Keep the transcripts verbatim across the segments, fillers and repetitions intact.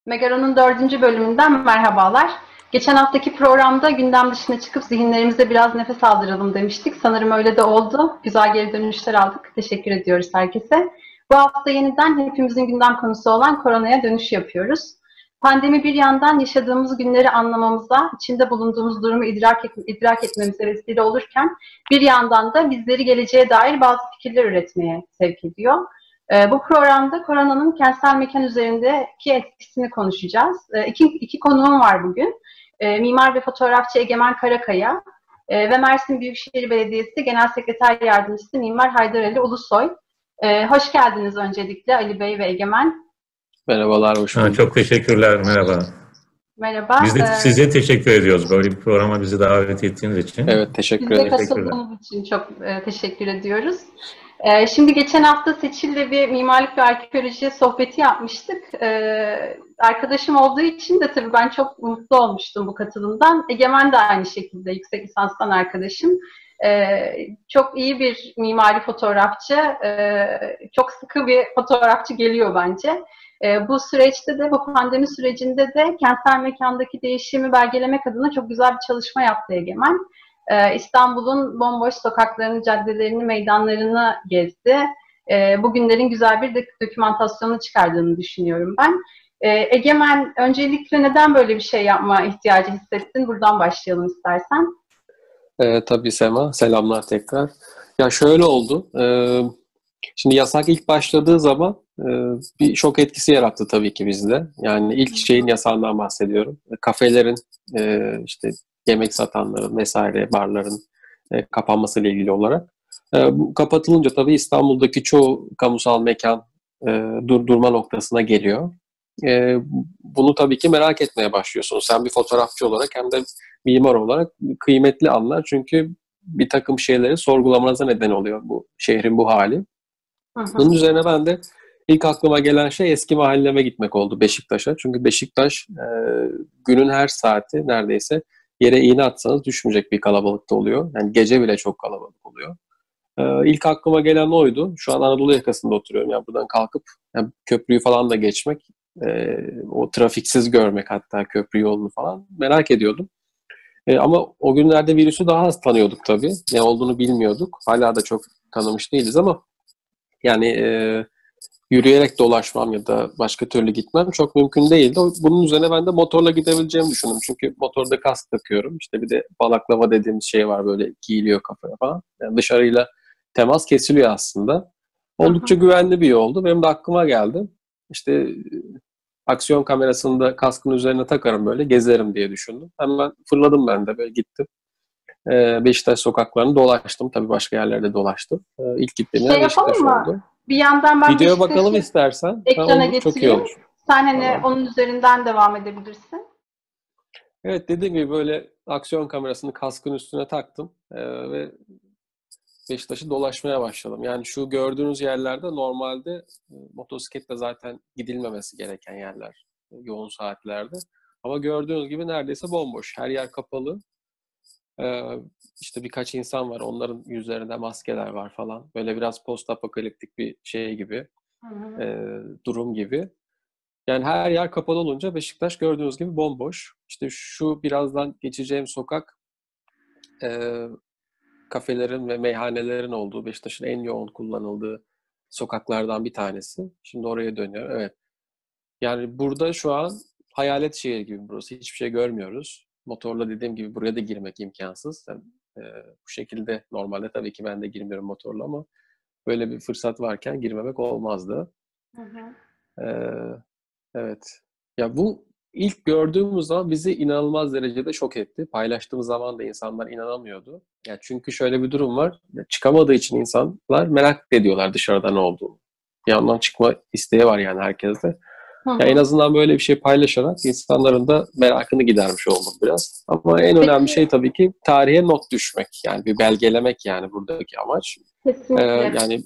Megaron'un dördüncü bölümünden merhabalar. Geçen haftaki programda gündem dışına çıkıp zihinlerimize biraz nefes aldıralım demiştik. Sanırım öyle de oldu. Güzel geri dönüşler aldık. Teşekkür ediyoruz herkese. Bu hafta yeniden hepimizin gündem konusu olan koronaya dönüş yapıyoruz. Pandemi bir yandan yaşadığımız günleri anlamamıza, içinde bulunduğumuz durumu idrak, et, idrak etmemize vesile olurken bir yandan da bizleri geleceğe dair bazı fikirler üretmeye sevk ediyor. E, bu programda koronanın kentsel mekan üzerindeki etkisini konuşacağız. E, iki, iki konuğum var bugün. E, mimar ve fotoğrafçı Egemen Karakaya e, ve Mersin Büyükşehir Belediyesi Genel Sekreter Yardımcısı Mimar Haydar Ali Ulusoy. E, hoş geldiniz öncelikle Ali Bey ve Egemen. Merhabalar, hoş bulduk. Ha, çok teşekkürler, merhaba. Merhaba. Biz de ee, size teşekkür ediyoruz böyle bir programa bizi davet ettiğiniz için. Evet, teşekkür Biz de ederim. katıldığınız için çok e, teşekkür ediyoruz. E, şimdi geçen hafta Seçil'le bir mimarlık ve arkeoloji sohbeti yapmıştık. E, arkadaşım olduğu için de tabii ben çok mutlu olmuştum bu katılımdan. Egemen de aynı şekilde yüksek lisanstan arkadaşım. E, çok iyi bir mimari fotoğrafçı, e, çok sıkı bir fotoğrafçı geliyor bence. E, bu süreçte de, bu pandemi sürecinde de kentsel mekandaki değişimi belgelemek adına çok güzel bir çalışma yaptı Egemen. E, İstanbul'un bomboş sokaklarını, caddelerini, meydanlarını gezdi. E, bugünlerin güzel bir dok- dokümantasyonu çıkardığını düşünüyorum ben. E, Egemen, öncelikle neden böyle bir şey yapma ihtiyacı hissettin? Buradan başlayalım istersen. Ee, tabii Sema, selamlar tekrar. Ya şöyle oldu, ee, şimdi yasak ilk başladığı zaman e, bir şok etkisi yarattı tabii ki bizde. Yani ilk şeyin yasağından bahsediyorum. Kafelerin, e, işte yemek satanların vesaire, barların e, kapanmasıyla ilgili olarak. E, bu kapatılınca tabii İstanbul'daki çoğu kamusal mekan e, durdurma noktasına geliyor. E, bunu tabii ki merak etmeye başlıyorsunuz. Sen bir fotoğrafçı olarak hem de mimar olarak kıymetli anlar. Çünkü bir takım şeyleri sorgulamanıza neden oluyor bu şehrin bu hali. Hı hı. Bunun üzerine ben de ilk aklıma gelen şey eski mahalleme gitmek oldu, Beşiktaş'a. Çünkü Beşiktaş e, günün her saati neredeyse yere iğne atsanız düşmeyecek bir kalabalıkta oluyor. Yani gece bile çok kalabalık oluyor. E, ilk aklıma gelen oydu. Şu an Anadolu yakasında oturuyorum. Yani buradan kalkıp yani köprüyü falan da geçmek, e, o trafiksiz görmek hatta köprü yolunu falan merak ediyordum. E, ama o günlerde virüsü daha az tanıyorduk tabii. Ne olduğunu bilmiyorduk. Hala da çok tanımış değiliz ama yani e, yürüyerek dolaşmam ya da başka türlü gitmem çok mümkün değildi. Bunun üzerine ben de motorla gidebileceğimi düşündüm. Çünkü motorda kask takıyorum. İşte bir de balaklava dediğimiz şey var, böyle giyiliyor kafaya falan. Yani dışarıyla temas kesiliyor aslında. Oldukça güvenli bir yoldu. Benim de aklıma geldi. İşte e, aksiyon kamerasını da kaskın üzerine takarım, böyle gezerim diye düşündüm. Hemen fırladım, ben de böyle gittim. E, Beşiktaş sokaklarını dolaştım. Tabii başka yerlerde dolaştım. E, ilk gittiğim Şey yer Beşiktaş yapalım mı? oldu. Bir yandan ben Videoya bakalım Beşiktaş'ı istersen. Ha, ekrana olur, çok iyi getireyim. olur. Sen hani Tamam. onun üzerinden devam edebilirsin. Evet, dediğim gibi böyle aksiyon kamerasını kaskın üstüne taktım ee, ve Beşiktaş'ı dolaşmaya başladım. Yani şu gördüğünüz yerlerde normalde e, motosikletle zaten gidilmemesi gereken yerler e, yoğun saatlerde. Ama gördüğünüz gibi neredeyse bomboş. Her yer kapalı. Ee, işte birkaç insan var. Onların yüzlerinde maskeler var falan. Böyle biraz post apokaliptik bir şey gibi, Hı hı. e, durum gibi. Yani her yer kapalı olunca Beşiktaş gördüğünüz gibi bomboş. İşte şu birazdan geçeceğim sokak e, kafelerin ve meyhanelerin olduğu, Beşiktaş'ın en yoğun kullanıldığı sokaklardan bir tanesi. Şimdi oraya dönüyorum. Evet. Yani burada şu an hayalet şehir gibi burası. Hiçbir şey görmüyoruz. Motorla dediğim gibi buraya da girmek imkansız. Yani, e, bu şekilde normalde tabii ki ben de girmiyorum motorla ama böyle bir fırsat varken girmemek olmazdı. Hı hı. E, Evet. Ya bu ilk gördüğümüz zaman bizi inanılmaz derecede şok etti. Paylaştığımız zaman da insanlar inanamıyordu. Ya çünkü şöyle bir durum var. Ya çıkamadığı için insanlar merak ediyorlar dışarıda ne olduğunu. Bir yandan çıkma isteği var yani herkeste. Hı Ya en hı. azından böyle bir şey paylaşarak insanların da merakını gidermiş oldum biraz. Ama en önemli şey Peki, tabii ki tarihe not düşmek. Yani bir belgelemek, yani buradaki amaç. Ee, kesinlikle. yani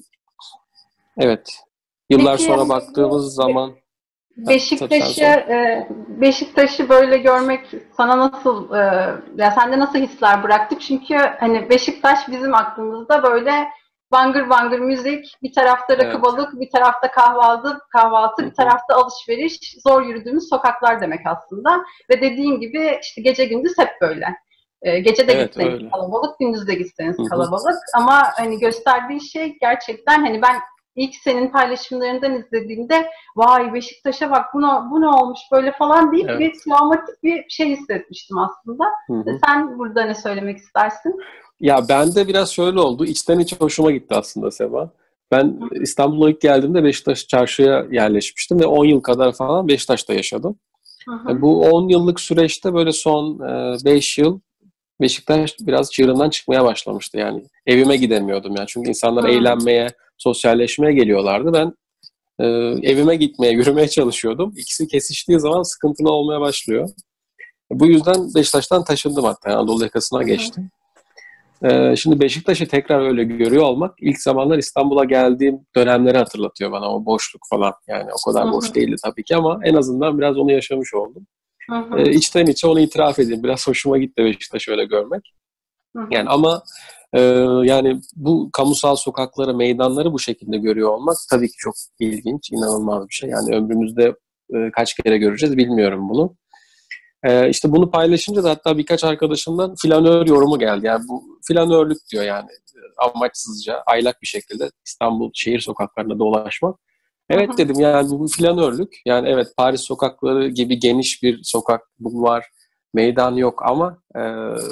evet. Yıllar Peki sonra baktığımız Be- zaman. Ha, tabii sen Beşiktaş'ı sor. e, Beşiktaş'ı böyle görmek sana nasıl, e, ya sende nasıl hisler bıraktı? Çünkü hani Beşiktaş bizim aklımızda böyle bangır bangır müzik, bir tarafta rakı Evet. balık, bir tarafta kahvaltı, kahvaltı, bir tarafta alışveriş, zor yürüdüğümüz sokaklar demek aslında. Ve dediğin gibi işte gece gündüz hep böyle. Ee, gece de Evet, gitseniz öyle. kalabalık, gündüz de gitseniz Hı hı. kalabalık. Ama hani gösterdiği şey gerçekten hani ben ilk senin paylaşımlarından izlediğimde vay Beşiktaş'a bak bu ne, bu ne olmuş böyle falan deyip Evet. bir travmatik bir şey hissetmiştim aslında. Hı hı. Sen burada ne söylemek istersin? Ya bende biraz şöyle oldu. İçten içe hoşuma gitti aslında Seba. Ben İstanbul'a ilk geldiğimde Beşiktaş çarşıya yerleşmiştim ve on yıl kadar falan Beşiktaş'ta yaşadım. Hı hı. Yani bu on yıllık süreçte böyle son beş yıl Beşiktaş biraz çığırından çıkmaya başlamıştı yani. Evime gidemiyordum yani. Çünkü insanlar Hı. eğlenmeye, sosyalleşmeye geliyorlardı. Ben e, evime gitmeye, yürümeye çalışıyordum. İkisi kesiştiği zaman sıkıntılı olmaya başlıyor. Bu yüzden Beşiktaş'tan taşındım hatta. Anadolu yakasına Hı hı. geçtim. Ee, şimdi Beşiktaş'ı tekrar öyle görüyor olmak ilk zamanlar İstanbul'a geldiğim dönemleri hatırlatıyor bana, o boşluk falan. Yani o kadar Hı boş hı. değildi tabii ki ama en azından biraz onu yaşamış oldum. Hı hı. Ee, içten içe onu itiraf edeyim. Biraz hoşuma gitti Beşiktaş'ı öyle görmek. Hı hı. Yani ama e, yani bu kamusal sokakları, meydanları bu şekilde görüyor olmak tabii ki çok ilginç, inanılmaz bir şey. Yani ömrümüzde e, kaç kere göreceğiz bilmiyorum bunu. Ee, işte bunu paylaşınca da hatta birkaç arkadaşımdan flanör yorumu geldi. Yani bu flanörlük diyor yani amaçsızca, aylak bir şekilde İstanbul şehir sokaklarında dolaşmak. Hı Evet hı. dedim yani bu bir flanörlük. Yani evet Paris sokakları gibi geniş bir sokak, bulvar, meydan yok ama e,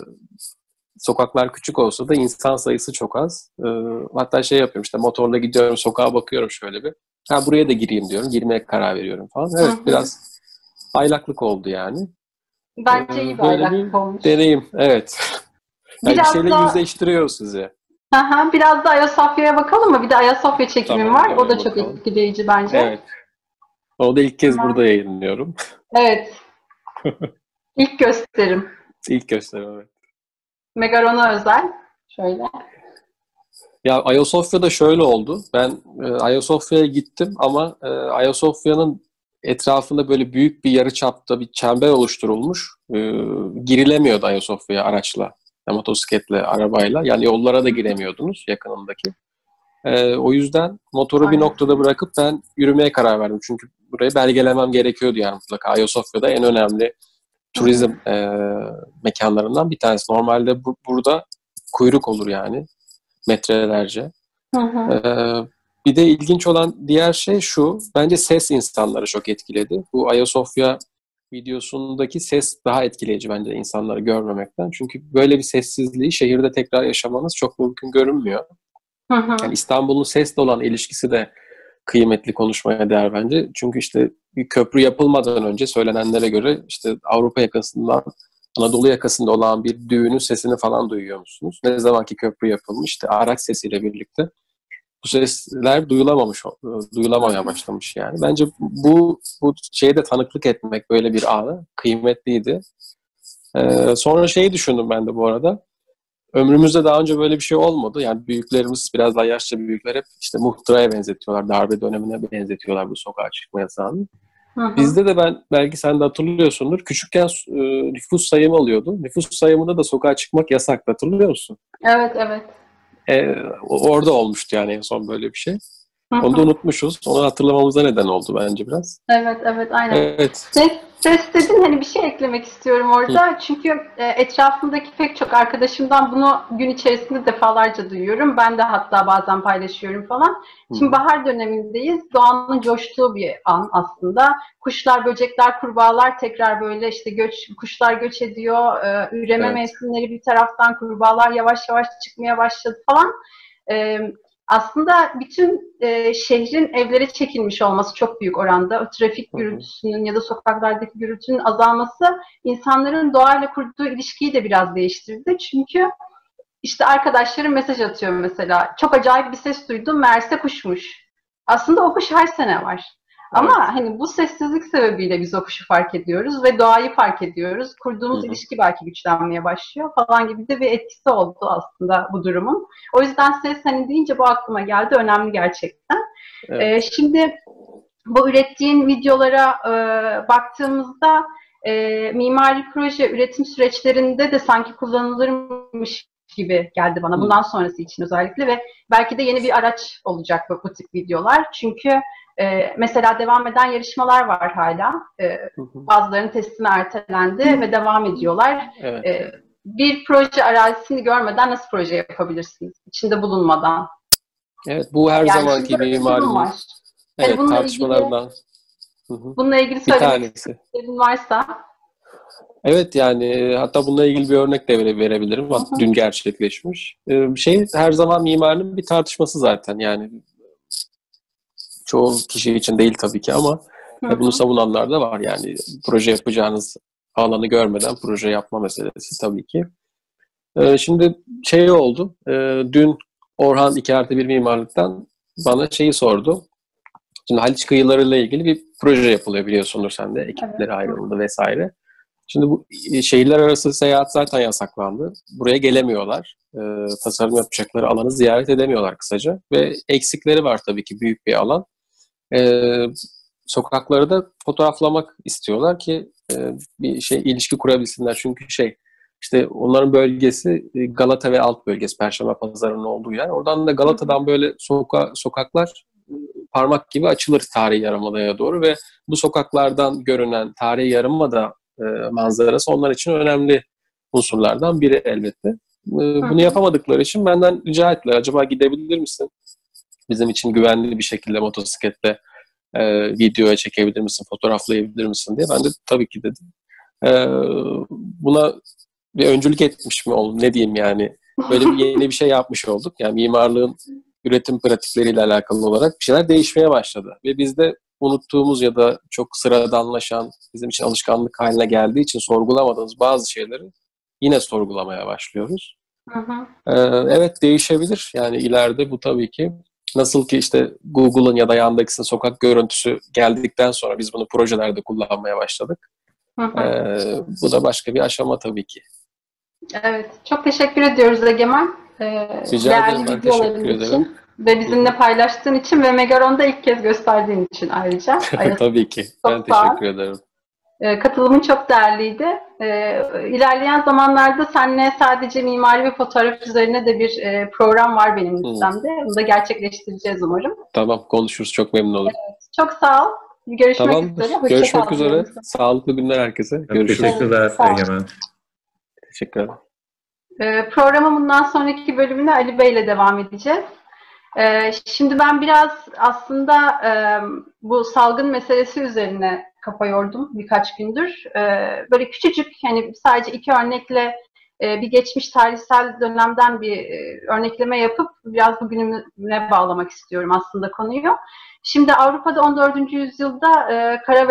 sokaklar küçük olsa da insan sayısı çok az. E, hatta şey yapıyorum işte motorla gidiyorum sokağa bakıyorum şöyle bir. Ha buraya da gireyim diyorum. Girmeye karar veriyorum falan. Hı Evet hı. biraz aylaklık oldu yani. Ee, Bence iyi bir Böyle bir aylaklık olmuş. deneyim, evet. Yani bir Biraz şeyle da yüzleştiriyor sizi. aha, biraz da Ayasofya'ya bakalım mı? Bir de Ayasofya çekimim Tamam, var. O da oraya çok bakalım. etkileyici bence. Evet, onu da ilk kez burada Hemen. yayınlıyorum. Evet. İlk gösterim. İlk gösterim, evet. Megaron'a özel. Şöyle. Ya Ayasofya'da şöyle oldu. Ben e, Ayasofya'ya gittim ama e, Ayasofya'nın etrafında böyle büyük bir yarıçapta bir çember oluşturulmuş. E, girilemiyordu Ayasofya'ya araçla, ya motosikletle, arabayla. Yani yollara da giremiyordunuz yakınındaki. Ee, o yüzden motoru bir Aynen. noktada bırakıp ben yürümeye karar verdim. Çünkü burayı belgelemem gerekiyordu yani mutlaka. Ayasofya'da en önemli Hı hı. turizm e, mekanlarından bir tanesi. Normalde bu, burada kuyruk olur yani metrelerce. Hı hı. Ee, bir de ilginç olan diğer şey şu. Bence ses insanları çok etkiledi. Bu Ayasofya videosundaki ses daha etkileyici bence insanları görmemekten. Çünkü böyle bir sessizliği şehirde tekrar yaşamanız çok mümkün görünmüyor. Hı hı. Yani İstanbul'un sesle olan ilişkisi de kıymetli, konuşmaya değer bence. Çünkü işte bir köprü yapılmadan önce söylenenlere göre işte Avrupa yakasından Anadolu yakasında olan bir düğünün sesini falan duyuyor musunuz? Ne zamanki köprü yapılmış işte araç sesiyle birlikte bu sesler duyulamamış, duyulamamaya başlamış yani. Bence bu bu şeye de tanıklık etmek, böyle bir anı kıymetliydi. Ee, sonra şeyi düşündüm ben de bu arada. Ömrümüzde daha önce böyle bir şey olmadı. Yani büyüklerimiz, biraz daha yaşça büyükler hep işte muhtıraya benzetiyorlar, darbe dönemine benzetiyorlar bu sokağa çıkma yasağını. Hı hı. Bizde de ben, belki sen de hatırlıyorsundur, küçükken e, nüfus sayımı alıyordu. Nüfus sayımında da sokağa çıkmak yasaktı, hatırlıyor musun? Evet, evet. E, orada olmuştu yani en son böyle bir şey. Hı Onu da hı. unutmuşuz. Onu hatırlamamıza neden oldu bence biraz. Evet, evet, aynen. Evet. Ses, ses dedin hani bir şey eklemek istiyorum Hı orada. Çünkü e, etrafımdaki pek çok arkadaşımdan bunu gün içerisinde defalarca duyuyorum. Ben de hatta bazen paylaşıyorum falan. Şimdi hı. bahar dönemindeyiz. Doğanın coştuğu bir an aslında. Kuşlar, böcekler, kurbağalar tekrar böyle işte göç, kuşlar göç ediyor. E, üreme Evet. mevsimleri bir taraftan, kurbağalar yavaş yavaş çıkmaya başladı falan. E, Aslında bütün e, şehrin evlere çekilmiş olması çok büyük oranda. O trafik Hı hı. gürültüsünün ya da sokaklardaki gürültünün azalması insanların doğayla kurduğu ilişkiyi de biraz değiştirdi. Çünkü işte arkadaşlarım mesaj atıyor mesela. Çok acayip bir ses duydum, meğerse kuşmuş. Aslında o kuş her sene var. Ama Evet. hani bu sessizlik sebebiyle biz o kuşu fark ediyoruz ve doğayı fark ediyoruz. Hı Kurduğumuz hı. ilişki belki güçlenmeye başlıyor falan gibi de bir etkisi oldu aslında bu durumun. O yüzden ses hani deyince bu aklıma geldi. Önemli gerçekten. Ee, Evet. şimdi bu ürettiğin videolara e, baktığımızda e, mimari proje üretim süreçlerinde de sanki kullanılırmış gibi geldi bana. Bundan sonrası için özellikle ve belki de yeni bir araç olacak bu, bu tip videolar. Çünkü e, mesela devam eden yarışmalar var hala. E, bazılarının teslimi ertelendi ve devam ediyorlar. Evet. E, bir proje arazisini görmeden nasıl proje yapabilirsiniz? İçinde bulunmadan. Evet, bu her yani zamanki mimarinin evet, yani tartışmalarından. Ilgili, bununla ilgili söylemek istediğin varsa. Evet, yani hatta bununla ilgili bir örnek de verebilirim. Hatta dün gerçekleşmiş. Ee, şey her zaman mimarinin bir tartışması zaten. Yani çoğu kişi için değil tabii ki ama hı hı. bunu savunanlar da var. Yani proje yapacağınız alanı görmeden proje yapma meselesi tabii ki. Ee, şimdi şey oldu. E, dün Orhan iki artı bir mimarlıktan bana şeyi sordu. Şimdi Haliç kıyılarıyla ilgili bir proje yapılıyor biliyorsundur sen de. Ekipleri evet. ayrıldı vesaire. Şimdi bu şehirler arası seyahat zaten yasaklandı. Buraya gelemiyorlar. E, tasarım yapacakları alanı ziyaret edemiyorlar kısaca. Ve eksikleri var tabii ki büyük bir alan. E, sokakları da fotoğraflamak istiyorlar ki e, bir şey ilişki kurabilsinler. Çünkü şey işte onların bölgesi Galata ve alt bölgesi Perşembe Pazarı'nın olduğu yer. Oradan da Galata'dan böyle soka sokaklar parmak gibi açılır tarihi yarımadaya doğru ve bu sokaklardan görünen tarihi yarımada e, manzarası onlar için önemli unsurlardan biri elbette. E, bunu yapamadıkları için benden rica ettiler. Acaba gidebilir misin? Bizim için güvenli bir şekilde motosikletle e, videoya çekebilir misin? Fotoğraflayabilir misin diye. Ben de tabii ki dedim. E, buna bir öncülük etmiş mi oldum? Ne diyeyim yani? Böyle bir yeni bir şey yapmış olduk. Yani mimarlığın üretim pratikleriyle alakalı olarak bir şeyler değişmeye başladı. Ve biz de unuttuğumuz ya da çok sıradanlaşan, bizim için alışkanlık haline geldiği için sorgulamadığımız bazı şeyleri yine sorgulamaya başlıyoruz. Hı hı. Ee, evet değişebilir. Yani ileride bu tabii ki nasıl ki işte Google'ın ya da Yandex'in sokak görüntüsü geldikten sonra biz bunu projelerde kullanmaya başladık. Hı hı. Ee, bu da başka bir aşama tabii ki. Evet. Çok teşekkür ediyoruz Egemen. Ee, Rica ederim. Ben teşekkür ederim. Ve bizimle paylaştığın için ve Megaron'da ilk kez gösterdiğin için ayrıca. Tabii ki. Ben teşekkür ederim. Ee, katılımın çok değerliydi. Ee, ilerleyen zamanlarda seninle sadece mimari ve fotoğraf üzerine de bir e, program var benim listemde. Bunu da gerçekleştireceğiz umarım. Tamam, konuşuruz. Çok memnun olurum. Evet, çok sağ ol. Görüşmek tamam. üzere. Hoşça Görüşmek üzere. Diyorum. Sağlıklı günler herkese. Görüşürüz. Teşekkürler Egemen. Teşekkür ederim. Ee, programın bundan sonraki bölümüne Ali Bey ile devam edeceğiz. Ee, şimdi ben biraz aslında e, bu salgın meselesi üzerine kafa yordum birkaç gündür. Ee, böyle küçücük, hani sadece iki örnekle e, bir geçmiş tarihsel dönemden bir e, örnekleme yapıp biraz bugününe bağlamak istiyorum aslında konuyu. Şimdi Avrupa'da on dördüncü yüzyılda e, kara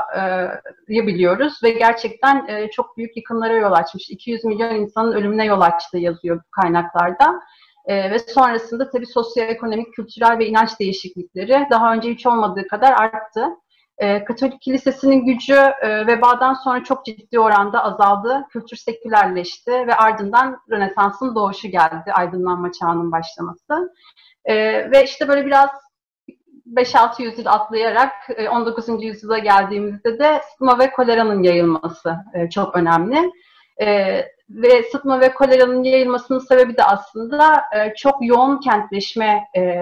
vebayı biliyoruz ve gerçekten e, çok büyük yıkımlara yol açmış. iki yüz milyon insanın ölümüne yol açtığı yazıyor bu kaynaklarda. E, ve sonrasında tabii sosyoekonomik, kültürel ve inanç değişiklikleri daha önce hiç olmadığı kadar arttı. E, Katolik Kilisesi'nin gücü e, vebadan sonra çok ciddi oranda azaldı. Kültür sekülerleşti ve ardından Rönesans'ın doğuşu geldi, aydınlanma çağının başlaması. E, ve işte böyle biraz beş altı yüzyıl atlayarak on dokuzuncu yüzyıla geldiğimizde de sıtma ve koleranın yayılması çok önemli. Ve sıtma ve koleranın yayılmasının sebebi de aslında çok yoğun kentleşme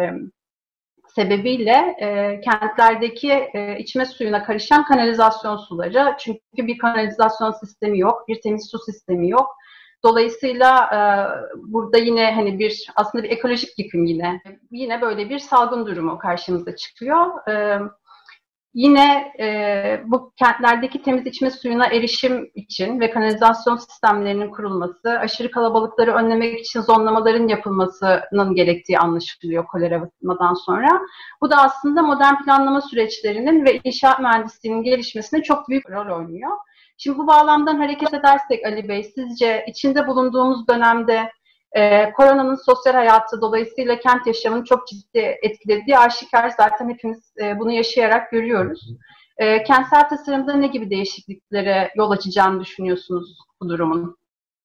sebebiyle kentlerdeki içme suyuna karışan kanalizasyon suları. Çünkü bir kanalizasyon sistemi yok, bir temiz su sistemi yok. Dolayısıyla e, burada yine hani bir aslında bir ekolojik yıkım yine yine böyle bir salgın durumu karşımıza çıkıyor. E, yine e, bu kentlerdeki temiz içme suyuna erişim için ve kanalizasyon sistemlerinin kurulması, aşırı kalabalıkları önlemek için zonlamaların yapılmasının gerektiği anlaşılıyor koleradan sonra. Bu da aslında modern planlama süreçlerinin ve inşaat mühendisliğinin gelişmesine çok büyük rol oynuyor. Şimdi bu bağlamdan hareket edersek Ali Bey, sizce içinde bulunduğumuz dönemde e, koronanın sosyal hayatı dolayısıyla kent yaşamını çok ciddi etkilediği aşikar, zaten hepimiz e, bunu yaşayarak görüyoruz. E, kentsel tasarımda ne gibi değişikliklere yol açacağını düşünüyorsunuz bu durumun?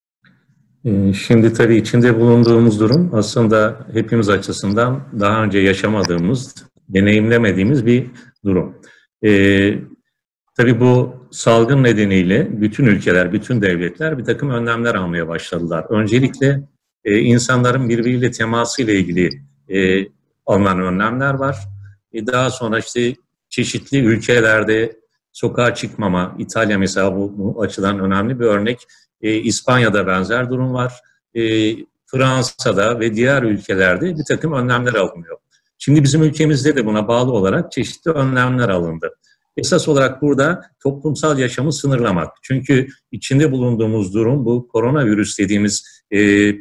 Şimdi tabii içinde bulunduğumuz durum aslında hepimiz açısından daha önce yaşamadığımız, deneyimlemediğimiz bir durum. Ee, tabii bu salgın nedeniyle bütün ülkeler, bütün devletler bir takım önlemler almaya başladılar. Öncelikle e, insanların birbiriyle teması ile ilgili e, alınan önlemler var. E, daha sonra işte çeşitli ülkelerde sokağa çıkmama, İtalya mesela bu, bu açıdan önemli bir örnek. E, İspanya'da benzer durum var. E, Fransa'da ve diğer ülkelerde bir takım önlemler alınıyor. Şimdi bizim ülkemizde de buna bağlı olarak çeşitli önlemler alındı. Esas olarak burada toplumsal yaşamı sınırlamak. Çünkü içinde bulunduğumuz durum bu koronavirüs dediğimiz e,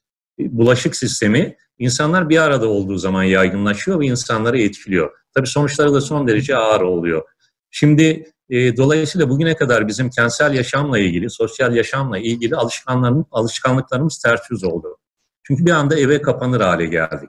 bulaşık sistemi insanlar bir arada olduğu zaman yaygınlaşıyor ve insanları etkiliyor. Tabii sonuçları da son derece ağır oluyor. Şimdi e, dolayısıyla bugüne kadar bizim kentsel yaşamla ilgili, sosyal yaşamla ilgili alışkanlarımız, alışkanlıklarımız ters yüz oldu. Çünkü bir anda eve kapanır hale geldik.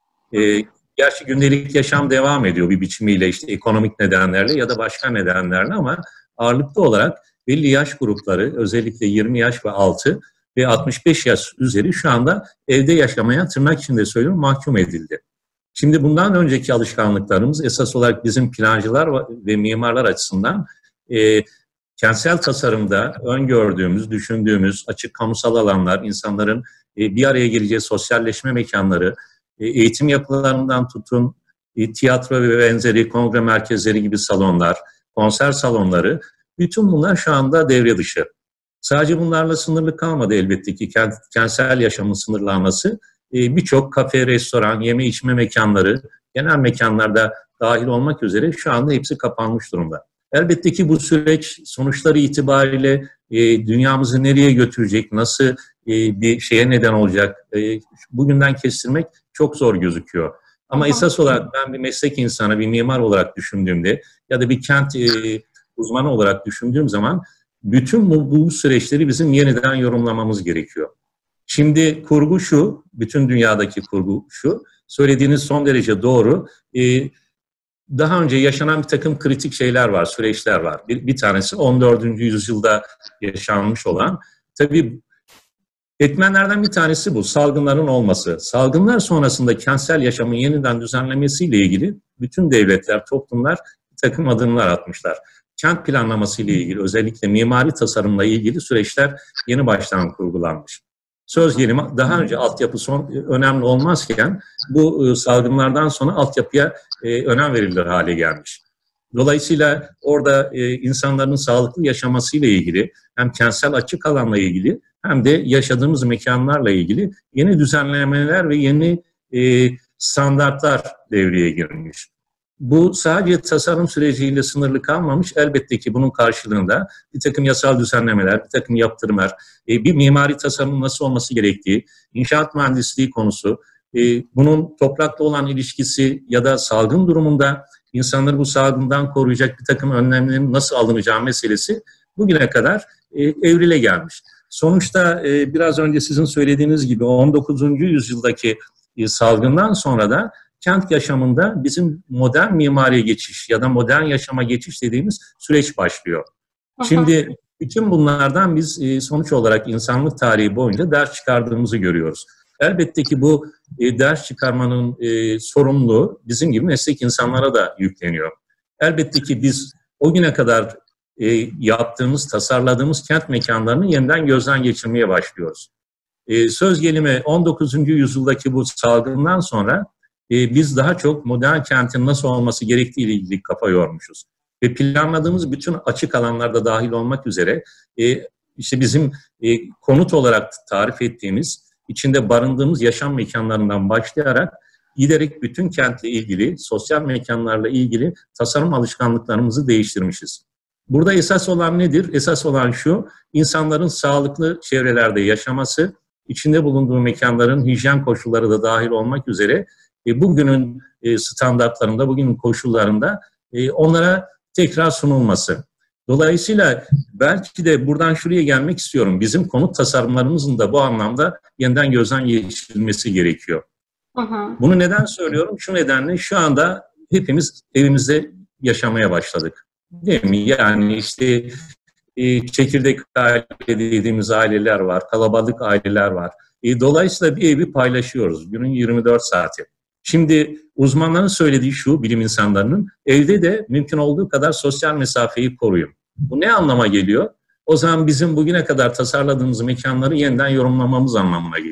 E, gerçi gündelik yaşam devam ediyor bir biçimiyle, işte ekonomik nedenlerle ya da başka nedenlerle, ama ağırlıklı olarak belli yaş grupları, özellikle yirmi yaş ve altı ve altmış beş yaş üzeri şu anda evde yaşamaya, tırnak içinde söylüyorum, mahkum edildi. Şimdi bundan önceki alışkanlıklarımız esas olarak bizim plancılar ve mimarlar açısından e, kentsel tasarımda öngördüğümüz, düşündüğümüz açık kamusal alanlar, insanların e, bir araya geleceği sosyalleşme mekanları, e, eğitim yapılarından tutun, e, tiyatro ve benzeri kongre merkezleri gibi salonlar, konser salonları, bütün bunlar şu anda devre dışı. Sadece bunlarla sınırlı kalmadı elbette ki kent, kentsel yaşamın sınırlanması. E, birçok kafe, restoran, yeme içme mekanları, genel mekanlarda dahil olmak üzere şu anda hepsi kapanmış durumda. Elbette ki bu süreç sonuçları itibariyle e, dünyamızı nereye götürecek, nasıl e, bir şeye neden olacak, e, bugünden kestirmek çok zor gözüküyor. Ama esas olarak ben bir meslek insanı, bir mimar olarak düşündüğümde ya da bir kent e, uzmanı olarak düşündüğüm zaman bütün bu, bu süreçleri bizim yeniden yorumlamamız gerekiyor. Şimdi kurgu şu, bütün dünyadaki kurgu şu, söylediğiniz son derece doğru. Ee, daha önce yaşanan bir takım kritik şeyler var, süreçler var. Bir, bir tanesi on dördüncü yüzyılda yaşanmış olan, tabii etmenlerden bir tanesi bu, salgınların olması. Salgınlar sonrasında kentsel yaşamın yeniden düzenlemesiyle ilgili bütün devletler, toplumlar bir takım adımlar atmışlar. Kent planlaması ile ilgili, özellikle mimari tasarımla ilgili süreçler yeni baştan kurgulanmış. Söz gelimi daha önce altyapı son, önemli olmazken bu e, salgınlardan sonra altyapıya e, önem verilir hale gelmiş. Dolayısıyla orada e, insanların sağlıklı yaşamasıyla ilgili, hem kentsel açık alanla ilgili hem de yaşadığımız mekanlarla ilgili yeni düzenlemeler ve yeni e, standartlar devreye girmiş. Bu sadece tasarım süreciyle sınırlı kalmamış. Elbette ki bunun karşılığında bir takım yasal düzenlemeler, bir takım yaptırımlar, bir mimari tasarımın nasıl olması gerektiği, inşaat mühendisliği konusu, bunun toprakla olan ilişkisi ya da salgın durumunda insanları bu salgından koruyacak bir takım önlemlerin nasıl alınacağı meselesi bugüne kadar evrile gelmiş. Sonuçta biraz önce sizin söylediğiniz gibi on dokuzuncu yüzyıldaki salgından sonra da kent yaşamında bizim modern mimariye geçiş ya da modern yaşama geçiş dediğimiz süreç başlıyor. Aha. Şimdi bütün bunlardan biz sonuç olarak insanlık tarihi boyunca ders çıkardığımızı görüyoruz. Elbette ki bu ders çıkarmanın sorumluluğu bizim gibi meslek insanlara da yükleniyor. Elbette ki biz o güne kadar yaptığımız, tasarladığımız kent mekanlarını yeniden gözden geçirmeye başlıyoruz. Söz gelimi on dokuzuncu yüzyıldaki bu salgından sonra Ee, biz daha çok modern kentin nasıl olması gerektiği ile ilgili kafa yormuşuz. Ve planladığımız bütün açık alanlarda dahil olmak üzere e, işte bizim e, konut olarak tarif ettiğimiz, içinde barındığımız yaşam mekanlarından başlayarak giderek bütün kentle ilgili, sosyal mekanlarla ilgili tasarım alışkanlıklarımızı değiştirmişiz. Burada esas olan nedir? Esas olan şu, insanların sağlıklı çevrelerde yaşaması, içinde bulunduğu mekanların hijyen koşulları da dahil olmak üzere bugünün standartlarında, bugünün koşullarında onlara tekrar sunulması. Dolayısıyla belki de buradan şuraya gelmek istiyorum. Bizim konut tasarımlarımızın da bu anlamda yeniden gözden geçirilmesi gerekiyor. Hı hı. Bunu neden söylüyorum? Şu nedenle şu anda hepimiz evimizde yaşamaya başladık. Değil mi? Yani işte çekirdek aile dediğimiz aileler var, kalabalık aileler var. Dolayısıyla bir evi paylaşıyoruz. Günün yirmi dört saati. Şimdi uzmanların söylediği şu, bilim insanlarının, evde de mümkün olduğu kadar sosyal mesafeyi koruyun. Bu ne anlama geliyor? O zaman bizim bugüne kadar tasarladığımız mekanları yeniden yorumlamamız anlamına geliyor.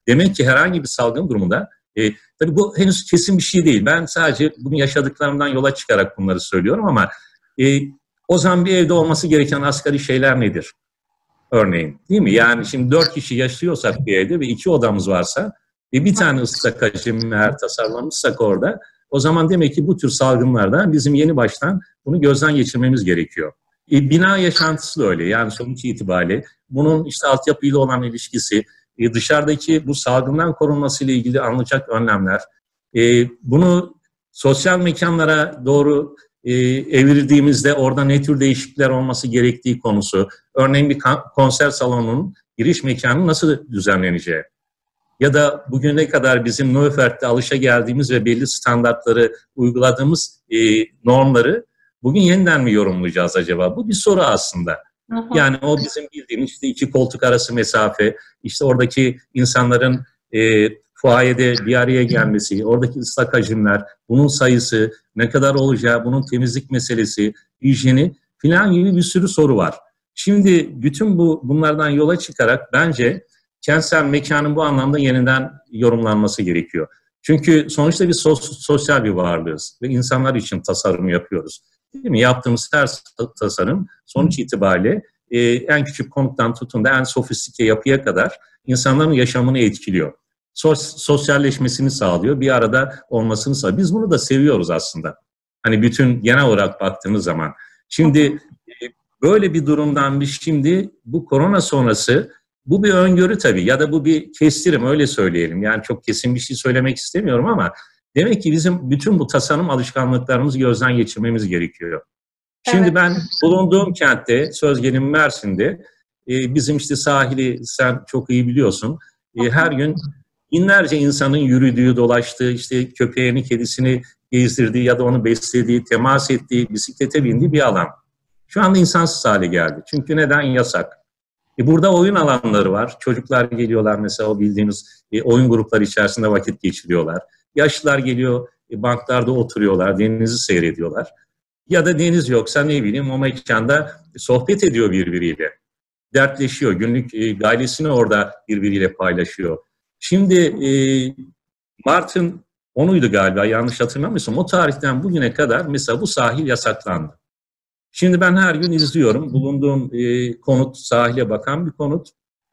Demek ki herhangi bir salgın durumunda, e, tabii bu henüz kesin bir şey değil. Ben sadece bugün yaşadıklarımdan yola çıkarak bunları söylüyorum ama e, o zaman bir evde olması gereken asgari şeyler nedir? Örneğin, değil mi? Yani şimdi dört kişi yaşıyorsak bir evde ve iki odamız varsa ve bir tane ıslak hacim eğer tasarlamışsak orada, o zaman demek ki bu tür salgınlardan bizim yeni baştan bunu gözden geçirmemiz gerekiyor. E, bina yaşantısı da öyle. Yani sonuç itibariyle bunun işte altyapıyla olan ilişkisi, e, dışarıdaki bu salgından korunmasıyla ilgili alınacak önlemler, e, bunu sosyal mekanlara doğru e, evirdiğimizde orada ne tür değişiklikler olması gerektiği konusu, örneğin bir konser salonunun giriş mekanı nasıl düzenleneceği, ya da bugüne kadar bizim Neufert'te alışageldiğimiz ve belli standartları uyguladığımız e, normları bugün yeniden mi yorumlayacağız acaba? Bu bir soru aslında. Hı hı. Yani o bizim bildiğimiz işte iki koltuk arası mesafe, işte oradaki insanların e, fuayede bir araya gelmesi, oradaki ıslak hacimler, bunun sayısı, ne kadar olacağı, bunun temizlik meselesi, hijyeni filan gibi bir sürü soru var. Şimdi bütün bu bunlardan yola çıkarak bence kentsel mekanın bu anlamda yeniden yorumlanması gerekiyor. Çünkü sonuçta bir sos, sosyal bir varlığız ve insanlar için tasarım yapıyoruz. Değil mi? Yaptığımız her tasarım sonuç itibariyle e, en küçük konuttan tutun da en sofistike yapıya kadar insanların yaşamını etkiliyor. Sos, sosyalleşmesini sağlıyor, bir arada olmasını sağlıyor. Biz bunu da seviyoruz aslında. Hani bütün genel olarak baktığımız zaman. Şimdi e, böyle bir durumdan biz şimdi bu korona sonrası, bu bir öngörü tabii ya da bu bir kestirim, öyle söyleyelim. Yani çok kesin bir şey söylemek istemiyorum ama demek ki bizim bütün bu tasarım alışkanlıklarımızı gözden geçirmemiz gerekiyor. Şimdi evet. Ben bulunduğum kentte, söz gelimi Mersin'de, e, bizim işte sahili sen çok iyi biliyorsun. E, her gün binlerce insanın yürüdüğü, dolaştığı, işte köpeğini, kedisini gezdirdiği ya da onu beslediği, temas ettiği, bisiklete bindiği bir alan. Şu anda insansız hale geldi. Çünkü neden? Yasak. E burada oyun alanları var. Çocuklar geliyorlar mesela, o bildiğimiz e, oyun grupları içerisinde vakit geçiriyorlar. Yaşlılar geliyor, e, banklarda oturuyorlar, denizi seyrediyorlar. Ya da deniz yoksa ne bileyim o mekanda sohbet ediyor birbiriyle. Dertleşiyor, günlük e, ailesini orada birbiriyle paylaşıyor. Şimdi e, Mart'ın onuydu galiba, yanlış hatırlamıyorsam, o tarihten bugüne kadar mesela bu sahil yasaklandı. Şimdi ben her gün izliyorum. Bulunduğum e, konut sahile bakan bir konut.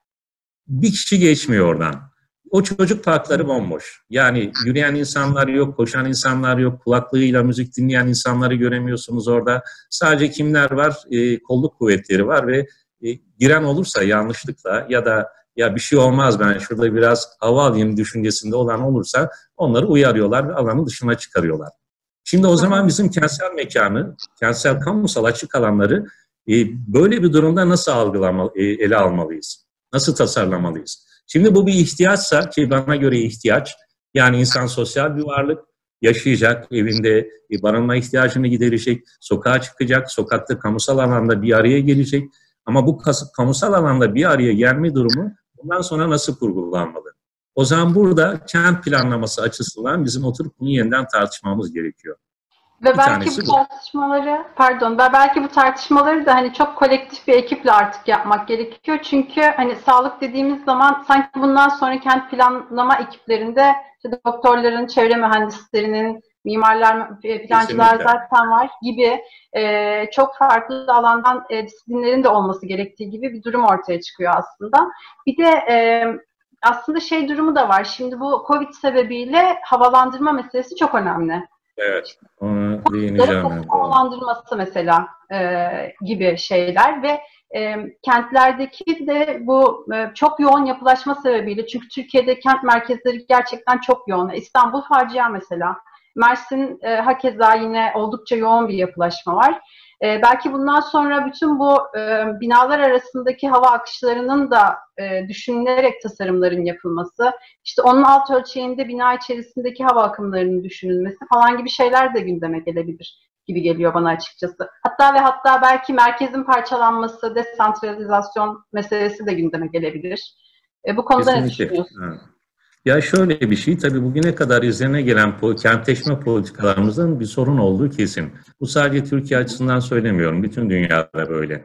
Bir kişi geçmiyor oradan. O çocuk parkları bomboş. Yani yürüyen insanlar yok, koşan insanlar yok, kulaklığıyla müzik dinleyen insanları göremiyorsunuz orada. Sadece kimler var? E, kolluk kuvvetleri var ve e, giren olursa yanlışlıkla ya da ya bir şey olmaz, ben şurada biraz hava alayım düşüncesinde olan olursa onları uyarıyorlar ve alanın dışına çıkarıyorlar. Şimdi o zaman bizim kentsel mekanı, kentsel kamusal açık alanları e, böyle bir durumda nasıl algılama, e, ele almalıyız? Nasıl tasarlamalıyız? Şimdi bu bir ihtiyaçsa, ki bana göre ihtiyaç, yani insan sosyal bir varlık, yaşayacak, evinde e, barınma ihtiyacını giderecek, sokağa çıkacak, sokakta kamusal alanda bir araya gelecek. Ama bu kamusal alanda bir araya gelme durumu bundan sonra nasıl kurgulanmalı? O zaman burada kent planlaması açısından bizim oturup bunu yeniden tartışmamız gerekiyor. Ve bir belki bu tartışmaları, bu. pardon, ve belki bu tartışmaları da hani çok kolektif bir ekiple artık yapmak gerekiyor. Çünkü hani sağlık dediğimiz zaman sanki bundan sonra kent planlama ekiplerinde işte doktorların, çevre mühendislerinin, mimarlar, plancılar zaten var gibi e, çok farklı alandan e, disiplinlerin de olması gerektiği gibi bir durum ortaya çıkıyor aslında. Bir de e, aslında şey durumu da var. Şimdi bu Covid sebebiyle havalandırma meselesi çok önemli. Evet, onu değineceğim. Havalandırması mesela e, gibi şeyler ve e, kentlerdeki de bu e, çok yoğun yapılaşma sebebiyle, çünkü Türkiye'de kent merkezleri gerçekten çok yoğun. İstanbul facia mesela. Mersin e, hakeza yine oldukça yoğun bir yapılaşma var. E, belki bundan sonra bütün bu e, binalar arasındaki hava akışlarının da e, düşünülerek tasarımların yapılması, işte onun alt ölçeğinde bina içerisindeki hava akımlarının düşünülmesi falan gibi şeyler de gündeme gelebilir gibi geliyor bana açıkçası. Hatta ve hatta belki merkezin parçalanması, desentralizasyon meselesi de gündeme gelebilir. E, bu konuda Kesinlikle. Ne düşünüyorsun? Evet. Ya şöyle bir şey, tabii bugüne kadar izlerine gelen kentleşme politikalarımızın bir sorun olduğu kesin. Bu sadece Türkiye açısından söylemiyorum, bütün dünyada böyle.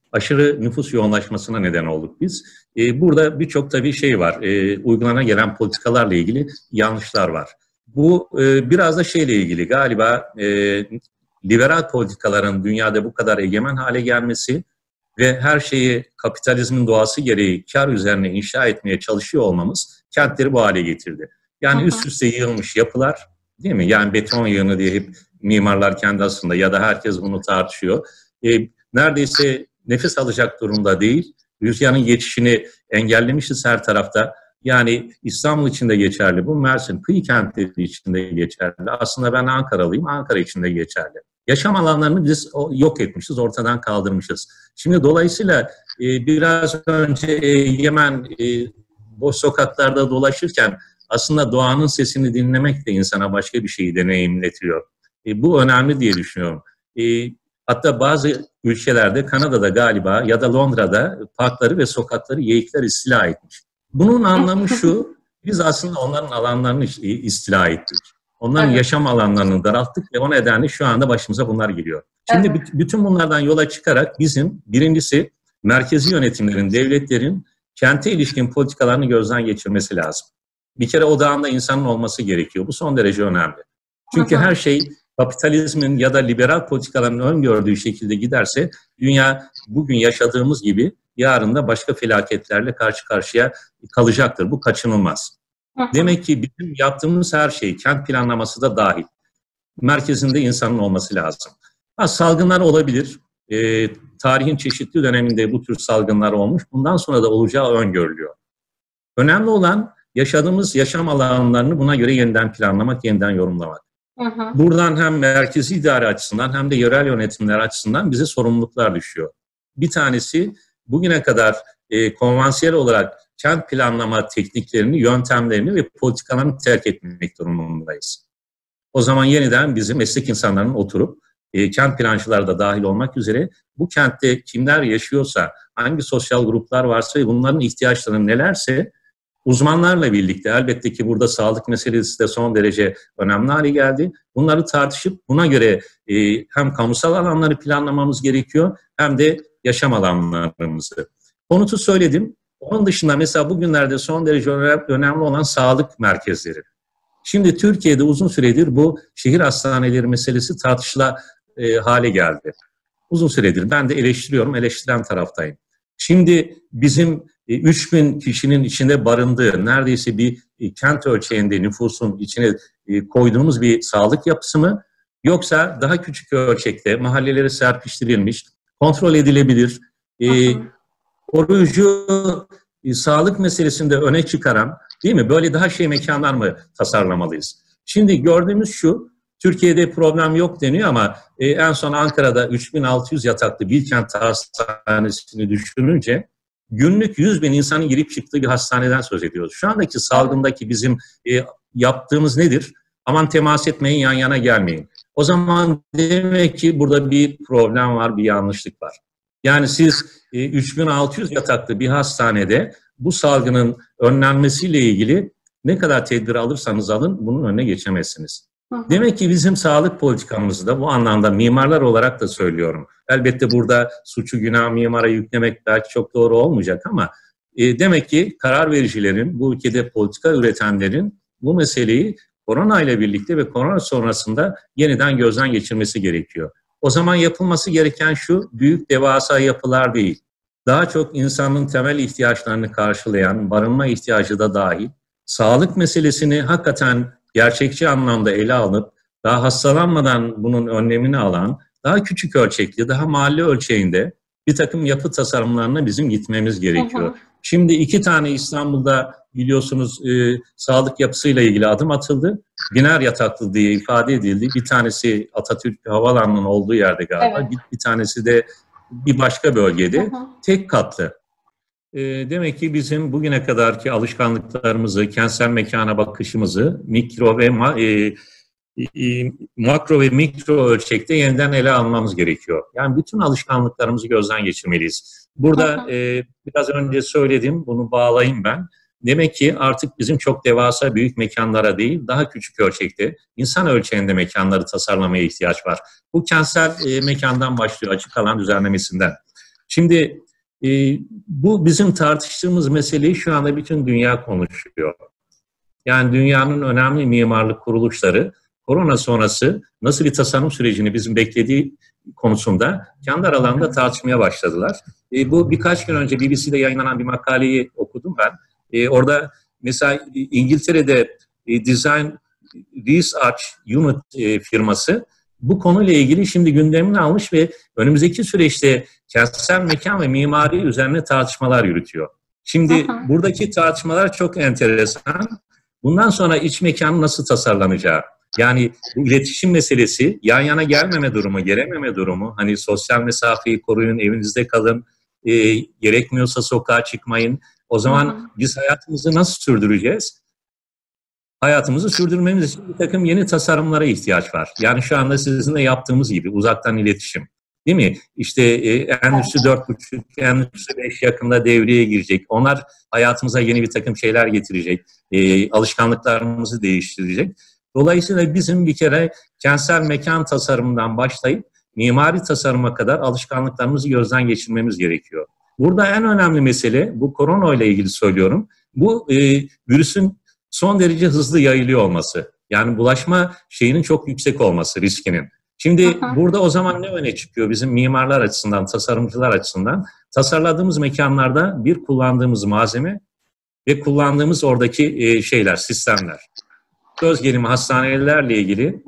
aşırı nüfus yoğunlaşmasına neden olduk biz. E, burada birçok tabii şey var, e, uygulana gelen politikalarla ilgili yanlışlar var. Bu e, biraz da şeyle ilgili galiba e, liberal politikaların dünyada bu kadar egemen hale gelmesi ve her şeyi kapitalizmin doğası gereği kar üzerine inşa etmeye çalışıyor olmamız kentleri bu hale getirdi. Yani üst üste yığılmış yapılar, değil mi? Yani beton yığını diye hep mimarlar kendi aslında ya da herkes bunu tartışıyor. E, neredeyse nefes alacak durumda değil. Rüzgarın geçişini engellemişiz her tarafta. Yani İstanbul için de geçerli bu, Mersin, kıyı kentleri için de geçerli. Aslında ben Ankaralıyım, Ankara için de geçerli. Yaşam alanlarını biz yok etmişiz, ortadan kaldırmışız. Şimdi dolayısıyla e, biraz önce e, Yemen e, boş sokaklarda dolaşırken aslında doğanın sesini dinlemek de insana başka bir şeyi deneyimletiyor. E, bu önemli diye düşünüyorum. E, hatta bazı ülkelerde, Kanada'da galiba ya da Londra'da parkları ve sokakları geyikler istila etmiş. Bunun anlamı şu, biz aslında onların alanlarını istila ettik. Onların evet. yaşam alanlarını daralttık ve o nedenle şu anda başımıza bunlar geliyor. Şimdi evet. bütün bunlardan yola çıkarak bizim birincisi merkezi yönetimlerin, devletlerin kente ilişkin politikalarını gözden geçirmesi lazım. Bir kere odağında insanın olması gerekiyor. Bu son derece önemli. Çünkü her şey kapitalizmin ya da liberal politikaların öngördüğü şekilde giderse dünya bugün yaşadığımız gibi yarın da başka felaketlerle karşı karşıya kalacaktır. Bu kaçınılmaz. Demek ki bizim yaptığımız her şey, kent planlaması da dahil, merkezinde insanın olması lazım. Ha, salgınlar olabilir. E, tarihin çeşitli döneminde bu tür salgınlar olmuş. Bundan sonra da olacağı öngörülüyor. Önemli olan yaşadığımız yaşam alanlarını buna göre yeniden planlamak, yeniden yorumlamak. Hı hı. Buradan hem merkezi idare açısından hem de yerel yönetimler açısından bize sorumluluklar düşüyor. Bir tanesi bugüne kadar e, konvansiyel olarak kent planlama tekniklerini, yöntemlerini ve politikalarını terk etmek durumundayız. O zaman yeniden bizim meslek insanlarının oturup e, kent plancıları da dahil olmak üzere bu kentte kimler yaşıyorsa, hangi sosyal gruplar varsa ve bunların ihtiyaçları nelerse uzmanlarla birlikte, elbette ki burada sağlık meselesi de son derece önemli hale geldi. Bunları tartışıp buna göre e, hem kamusal alanları planlamamız gerekiyor hem de yaşam alanlarımızı. Konutu söyledim. Onun dışında mesela bugünlerde son derece önemli olan sağlık merkezleri. Şimdi Türkiye'de uzun süredir bu şehir hastaneleri meselesi tartışıla e, hale geldi. Uzun süredir ben de eleştiriyorum, eleştiren taraftayım. Şimdi bizim e, üç bin kişinin içinde barındığı neredeyse bir e, kent ölçeğinde nüfusun içine e, koyduğumuz bir sağlık yapısı mı? Yoksa daha küçük ölçekte mahallelere serpiştirilmiş, kontrol edilebilir, e, koruyucu e, sağlık meselesinde öne çıkaran, değil mi? Böyle daha şey mekanlar mı tasarlamalıyız? Şimdi gördüğümüz şu, Türkiye'de problem yok deniyor ama e, en son Ankara'da üç bin altı yüz yataklı Bilkent Hastanesi'ni düşününce günlük yüz bin insanın girip çıktığı bir hastaneden söz ediyoruz. Şu andaki salgındaki bizim e, yaptığımız nedir? Aman temas etmeyin, yan yana gelmeyin. O zaman demek ki burada bir problem var, bir yanlışlık var. Yani siz e, üç bin altı yüz yataklı bir hastanede bu salgının önlenmesiyle ilgili ne kadar tedbir alırsanız alın bunun önüne geçemezsiniz. Hı hı. Demek ki bizim sağlık politikamızı da bu anlamda mimarlar olarak da söylüyorum. Elbette burada suçu günah mimara yüklemek belki çok doğru olmayacak ama e, demek ki karar vericilerin, bu ülkede politika üretenlerin bu meseleyi korona ile birlikte ve korona sonrasında yeniden gözden geçirmesi gerekiyor. O zaman yapılması gereken şu, büyük devasa yapılar değil. Daha çok insanın temel ihtiyaçlarını karşılayan, barınma ihtiyacı da dahil, sağlık meselesini hakikaten gerçekçi anlamda ele alıp, daha hastalanmadan bunun önlemini alan, daha küçük ölçekli, daha mahalle ölçeğinde bir takım yapı tasarımlarına bizim gitmemiz gerekiyor. Hı hı. Şimdi iki tane İstanbul'da biliyorsunuz e, sağlık yapısıyla ilgili adım atıldı. Biner yataklı diye ifade edildi. Bir tanesi Atatürk Havaalanı'nın olduğu yerde galiba. Evet. Bir, bir tanesi de bir başka bölgede. Hı hı. Tek katlı. E, demek ki bizim bugüne kadarki alışkanlıklarımızı, kentsel mekana bakışımızı mikro ve ma, e, e, makro ve mikro ölçekte yeniden ele almamız gerekiyor. Yani bütün alışkanlıklarımızı gözden geçirmeliyiz. Burada e, biraz önce söyledim, bunu bağlayayım ben. Demek ki artık bizim çok devasa büyük mekanlara değil, daha küçük ölçekte, insan ölçeğinde mekanları tasarlamaya ihtiyaç var. Bu kentsel e, mekandan başlıyor, açık alan düzenlemesinden. Şimdi e, bu bizim tartıştığımız meseleyi şu anda bütün dünya konuşuyor. Yani dünyanın önemli mimarlık kuruluşları korona sonrası nasıl bir tasarım sürecini bizim beklediği konusunda kendi aralarında tartışmaya başladılar. E, bu birkaç gün önce B B C'de yayınlanan bir makaleyi okudum ben. E, orada mesela İngiltere'de e, Design Research Unit e, firması bu konuyla ilgili şimdi gündemini almış ve önümüzdeki süreçte kentsel mekan ve mimari üzerine tartışmalar yürütüyor. Şimdi aha, buradaki tartışmalar çok enteresan. Bundan sonra iç mekanın nasıl tasarlanacağı, yani bu iletişim meselesi, yan yana gelmeme durumu, gelememe durumu, hani sosyal mesafeyi koruyun, evinizde kalın, e, gerekmiyorsa sokağa çıkmayın. O zaman hı hı, biz hayatımızı nasıl sürdüreceğiz? Hayatımızı sürdürmemiz için bir takım yeni tasarımlara ihtiyaç var. Yani şu anda sizinle yaptığımız gibi uzaktan iletişim. Değil mi? İşte e, Endüstri dört buçuk, Endüstri beş yakında devreye girecek. Onlar hayatımıza yeni bir takım şeyler getirecek. E, alışkanlıklarımızı değiştirecek. Dolayısıyla bizim bir kere kentsel mekan tasarımından başlayıp mimari tasarıma kadar alışkanlıklarımızı gözden geçirmemiz gerekiyor. Burada en önemli mesele, bu korona ile ilgili söylüyorum, bu e, virüsün son derece hızlı yayılıyor olması. Yani bulaşma şeyinin çok yüksek olması, riskinin. Şimdi aha, burada o zaman ne öne çıkıyor bizim mimarlar açısından, tasarımcılar açısından? Tasarladığımız mekanlarda bir kullandığımız malzeme ve kullandığımız oradaki e, şeyler, sistemler. Söz gelimi hastanelerle ilgili.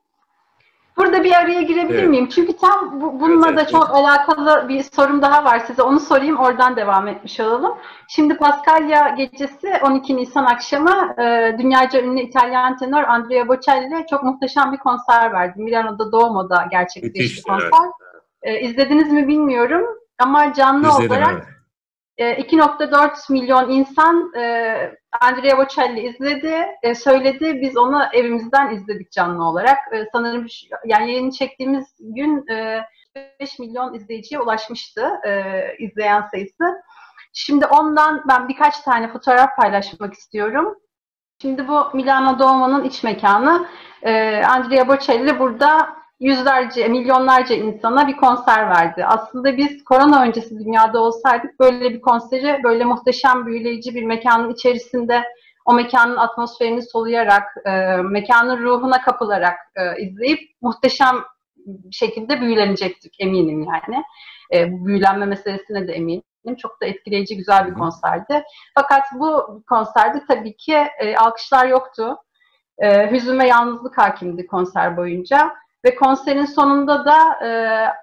Burada bir araya girebilir evet, miyim? Çünkü tam bu, bununla evet, da evet, çok evet, alakalı bir sorum daha var size. Onu sorayım, oradan devam etmiş olalım. Şimdi Paskalya gecesi on iki Nisan akşamı e, dünyaca ünlü İtalyan tenor Andrea Bocelli çok muhteşem bir konser verdi. Milano'da Duomo'da gerçekleşti konser. Evet. E, izlediniz mi bilmiyorum ama canlı İzledim, olarak evet. iki nokta dört milyon insan e, Andrea Bocelli izledi, e, söyledi. Biz onu evimizden izledik canlı olarak. E, sanırım yani yayını çektiğimiz gün e, beş milyon izleyiciye ulaşmıştı e, izleyen sayısı. Şimdi ondan ben birkaç tane fotoğraf paylaşmak istiyorum. Şimdi bu Milano Duomo'nun iç mekanı. E, Andrea Bocelli burada yüzlerce, milyonlarca insana bir konser verdi. Aslında biz korona öncesi dünyada olsaydık böyle bir konseri, böyle muhteşem, büyüleyici bir mekanın içerisinde o mekanın atmosferini soluyarak, e, mekanın ruhuna kapılarak e, izleyip muhteşem şekilde büyülenecektik eminim yani. E, bu büyülenme meselesine de eminim. Çok da etkileyici, güzel bir konserdi. Fakat bu konserde tabii ki e, alkışlar yoktu. E, hüzün ve yalnızlık hakimdi konser boyunca. Ve konserin sonunda da e,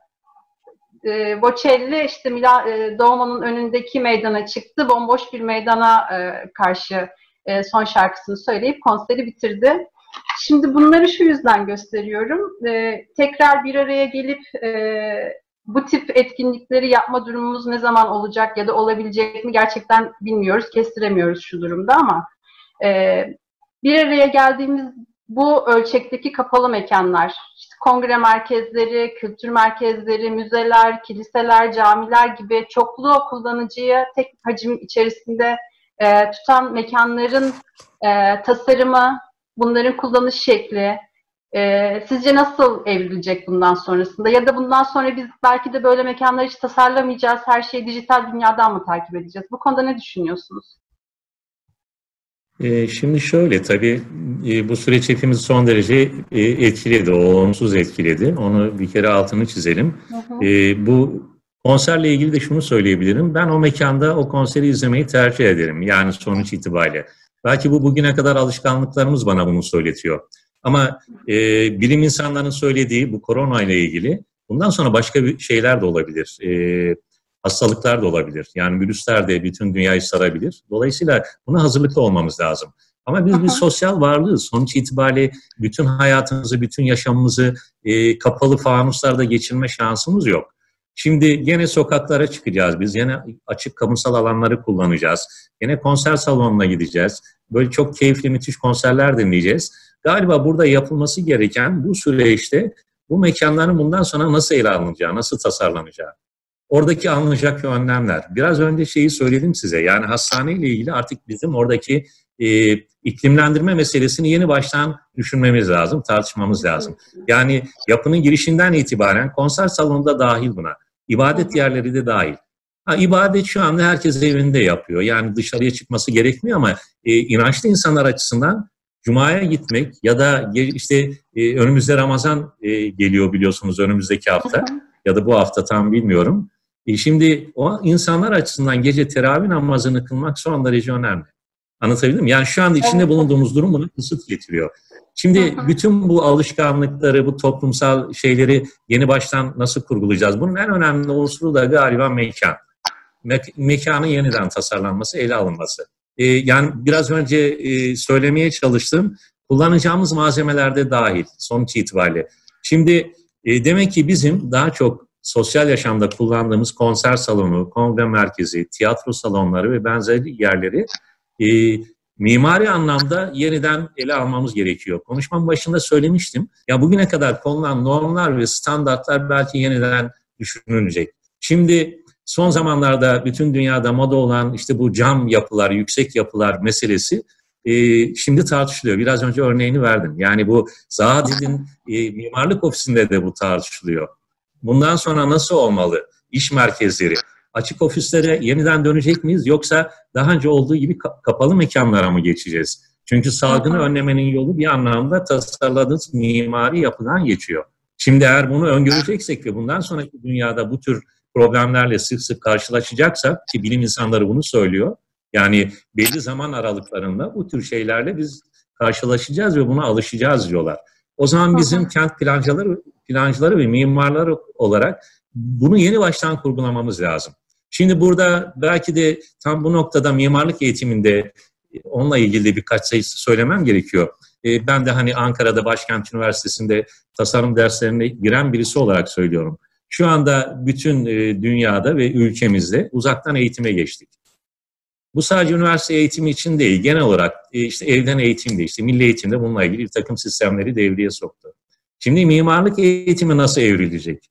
e, Bocelli işte Mila, e, Duomo'nun önündeki meydana çıktı. Bomboş bir meydana e, karşı e, son şarkısını söyleyip konseri bitirdi. Şimdi bunları şu yüzden gösteriyorum. E, tekrar bir araya gelip e, bu tip etkinlikleri yapma durumumuz ne zaman olacak ya da olabilecek mi gerçekten bilmiyoruz, kestiremiyoruz şu durumda ama e, bir araya geldiğimiz bu ölçekteki kapalı mekanlar, işte kongre merkezleri, kültür merkezleri, müzeler, kiliseler, camiler gibi çoklu kullanıcıyı tek hacim içerisinde e, tutan mekanların e, tasarımı, bunların kullanış şekli, e, sizce nasıl evrilecek bundan sonrasında? Ya da bundan sonra biz belki de böyle mekanları hiç tasarlamayacağız, her şeyi dijital dünyadan mı takip edeceğiz? Bu konuda ne düşünüyorsunuz? Şimdi şöyle tabii bu süreç hepimizi son derece etkiledi, olumsuz etkiledi. Onu bir kere altını çizelim. Hı hı. Bu konserle ilgili de şunu söyleyebilirim. Ben o mekanda o konseri izlemeyi tercih ederim. Yani sonuç itibariyle. Belki bu bugüne kadar alışkanlıklarımız bana bunu söyletiyor. Ama e, bilim insanlarının söylediği bu korona ile ilgili bundan sonra başka bir şeyler de olabilir. E, Hastalıklar da olabilir. Yani virüsler de bütün dünyayı sarabilir. Dolayısıyla buna hazırlıklı olmamız lazım. Ama biz bir sosyal varlığız. Sonuç itibariyle bütün hayatımızı, bütün yaşamımızı e, kapalı fanuslarda geçirme şansımız yok. Şimdi gene sokaklara çıkacağız biz. Yine açık kamusal alanları kullanacağız. Yine konser salonuna gideceğiz. Böyle çok keyifli, müthiş konserler dinleyeceğiz. Galiba burada yapılması gereken bu süreçte bu mekanların bundan sonra nasıl ele alınacağı, nasıl tasarlanacağı. Oradaki alınacak önlemler. Biraz önce şeyi söyledim size. Yani hastaneyle ilgili artık bizim oradaki e, iklimlendirme meselesini yeni baştan düşünmemiz lazım, tartışmamız lazım. Yani yapının girişinden itibaren konser salonu da dahil buna. İbadet yerleri de dahil. Ha, ibadet şu anda herkes evinde yapıyor. Yani dışarıya çıkması gerekmiyor ama e, inançlı insanlar açısından Cuma'ya gitmek ya da işte e, önümüzde Ramazan e, geliyor biliyorsunuz önümüzdeki hafta ya da bu hafta tam bilmiyorum. E, şimdi o insanlar açısından gece teravih namazını kılmak son derece önemli. Anlatabildim mi? Yani şu anda içinde bulunduğumuz durum buna kısıt getiriyor. Şimdi bütün bu alışkanlıkları, bu toplumsal şeyleri yeni baştan nasıl kurgulayacağız? Bunun en önemli unsuru da galiba mekan. Me mekanın yeniden tasarlanması, ele alınması. Ee, yani biraz önce e, söylemeye çalıştım, kullanacağımız malzemelerde dahil sonuç itibariyle. Şimdi e, demek ki bizim daha çok sosyal yaşamda kullandığımız konser salonu, kongre merkezi, tiyatro salonları ve benzeri yerleri e, mimari anlamda yeniden ele almamız gerekiyor. Konuşmamın başında söylemiştim. Ya bugüne kadar konulan normlar ve standartlar belki yeniden düşünülecek. Şimdi son zamanlarda bütün dünyada moda olan işte bu cam yapılar, yüksek yapılar meselesi e, şimdi tartışılıyor. Biraz önce örneğini verdim. Yani bu Zaha Hadid'in e, mimarlık ofisinde de bu tartışılıyor. Bundan sonra nasıl olmalı? İş merkezleri, açık ofislere yeniden dönecek miyiz? Yoksa daha önce olduğu gibi kapalı mekanlara mı geçeceğiz? Çünkü salgını önlemenin yolu bir anlamda tasarladığımız mimari yapıdan geçiyor. Şimdi eğer bunu öngöreceksek ve bundan sonraki dünyada bu tür problemlerle sık sık karşılaşacaksak, ki bilim insanları bunu söylüyor, yani belli zaman aralıklarında bu tür şeylerle biz karşılaşacağız ve buna alışacağız diyorlar. O zaman bizim kent plancıları, plancıları ve mimarları olarak bunu yeni baştan kurgulamamız lazım. Şimdi burada belki de tam bu noktada mimarlık eğitiminde onunla ilgili birkaç şey söylemem gerekiyor. Ben de hani Ankara'da Başkent Üniversitesi'nde tasarım derslerine giren birisi olarak söylüyorum. Şu anda bütün dünyada ve ülkemizde uzaktan eğitime geçtik. Bu sadece üniversite eğitimi için değil, genel olarak işte evden eğitim de, işte milli eğitimde bununla ilgili bir takım sistemleri devreye soktu. Şimdi mimarlık eğitimi nasıl evrilecek?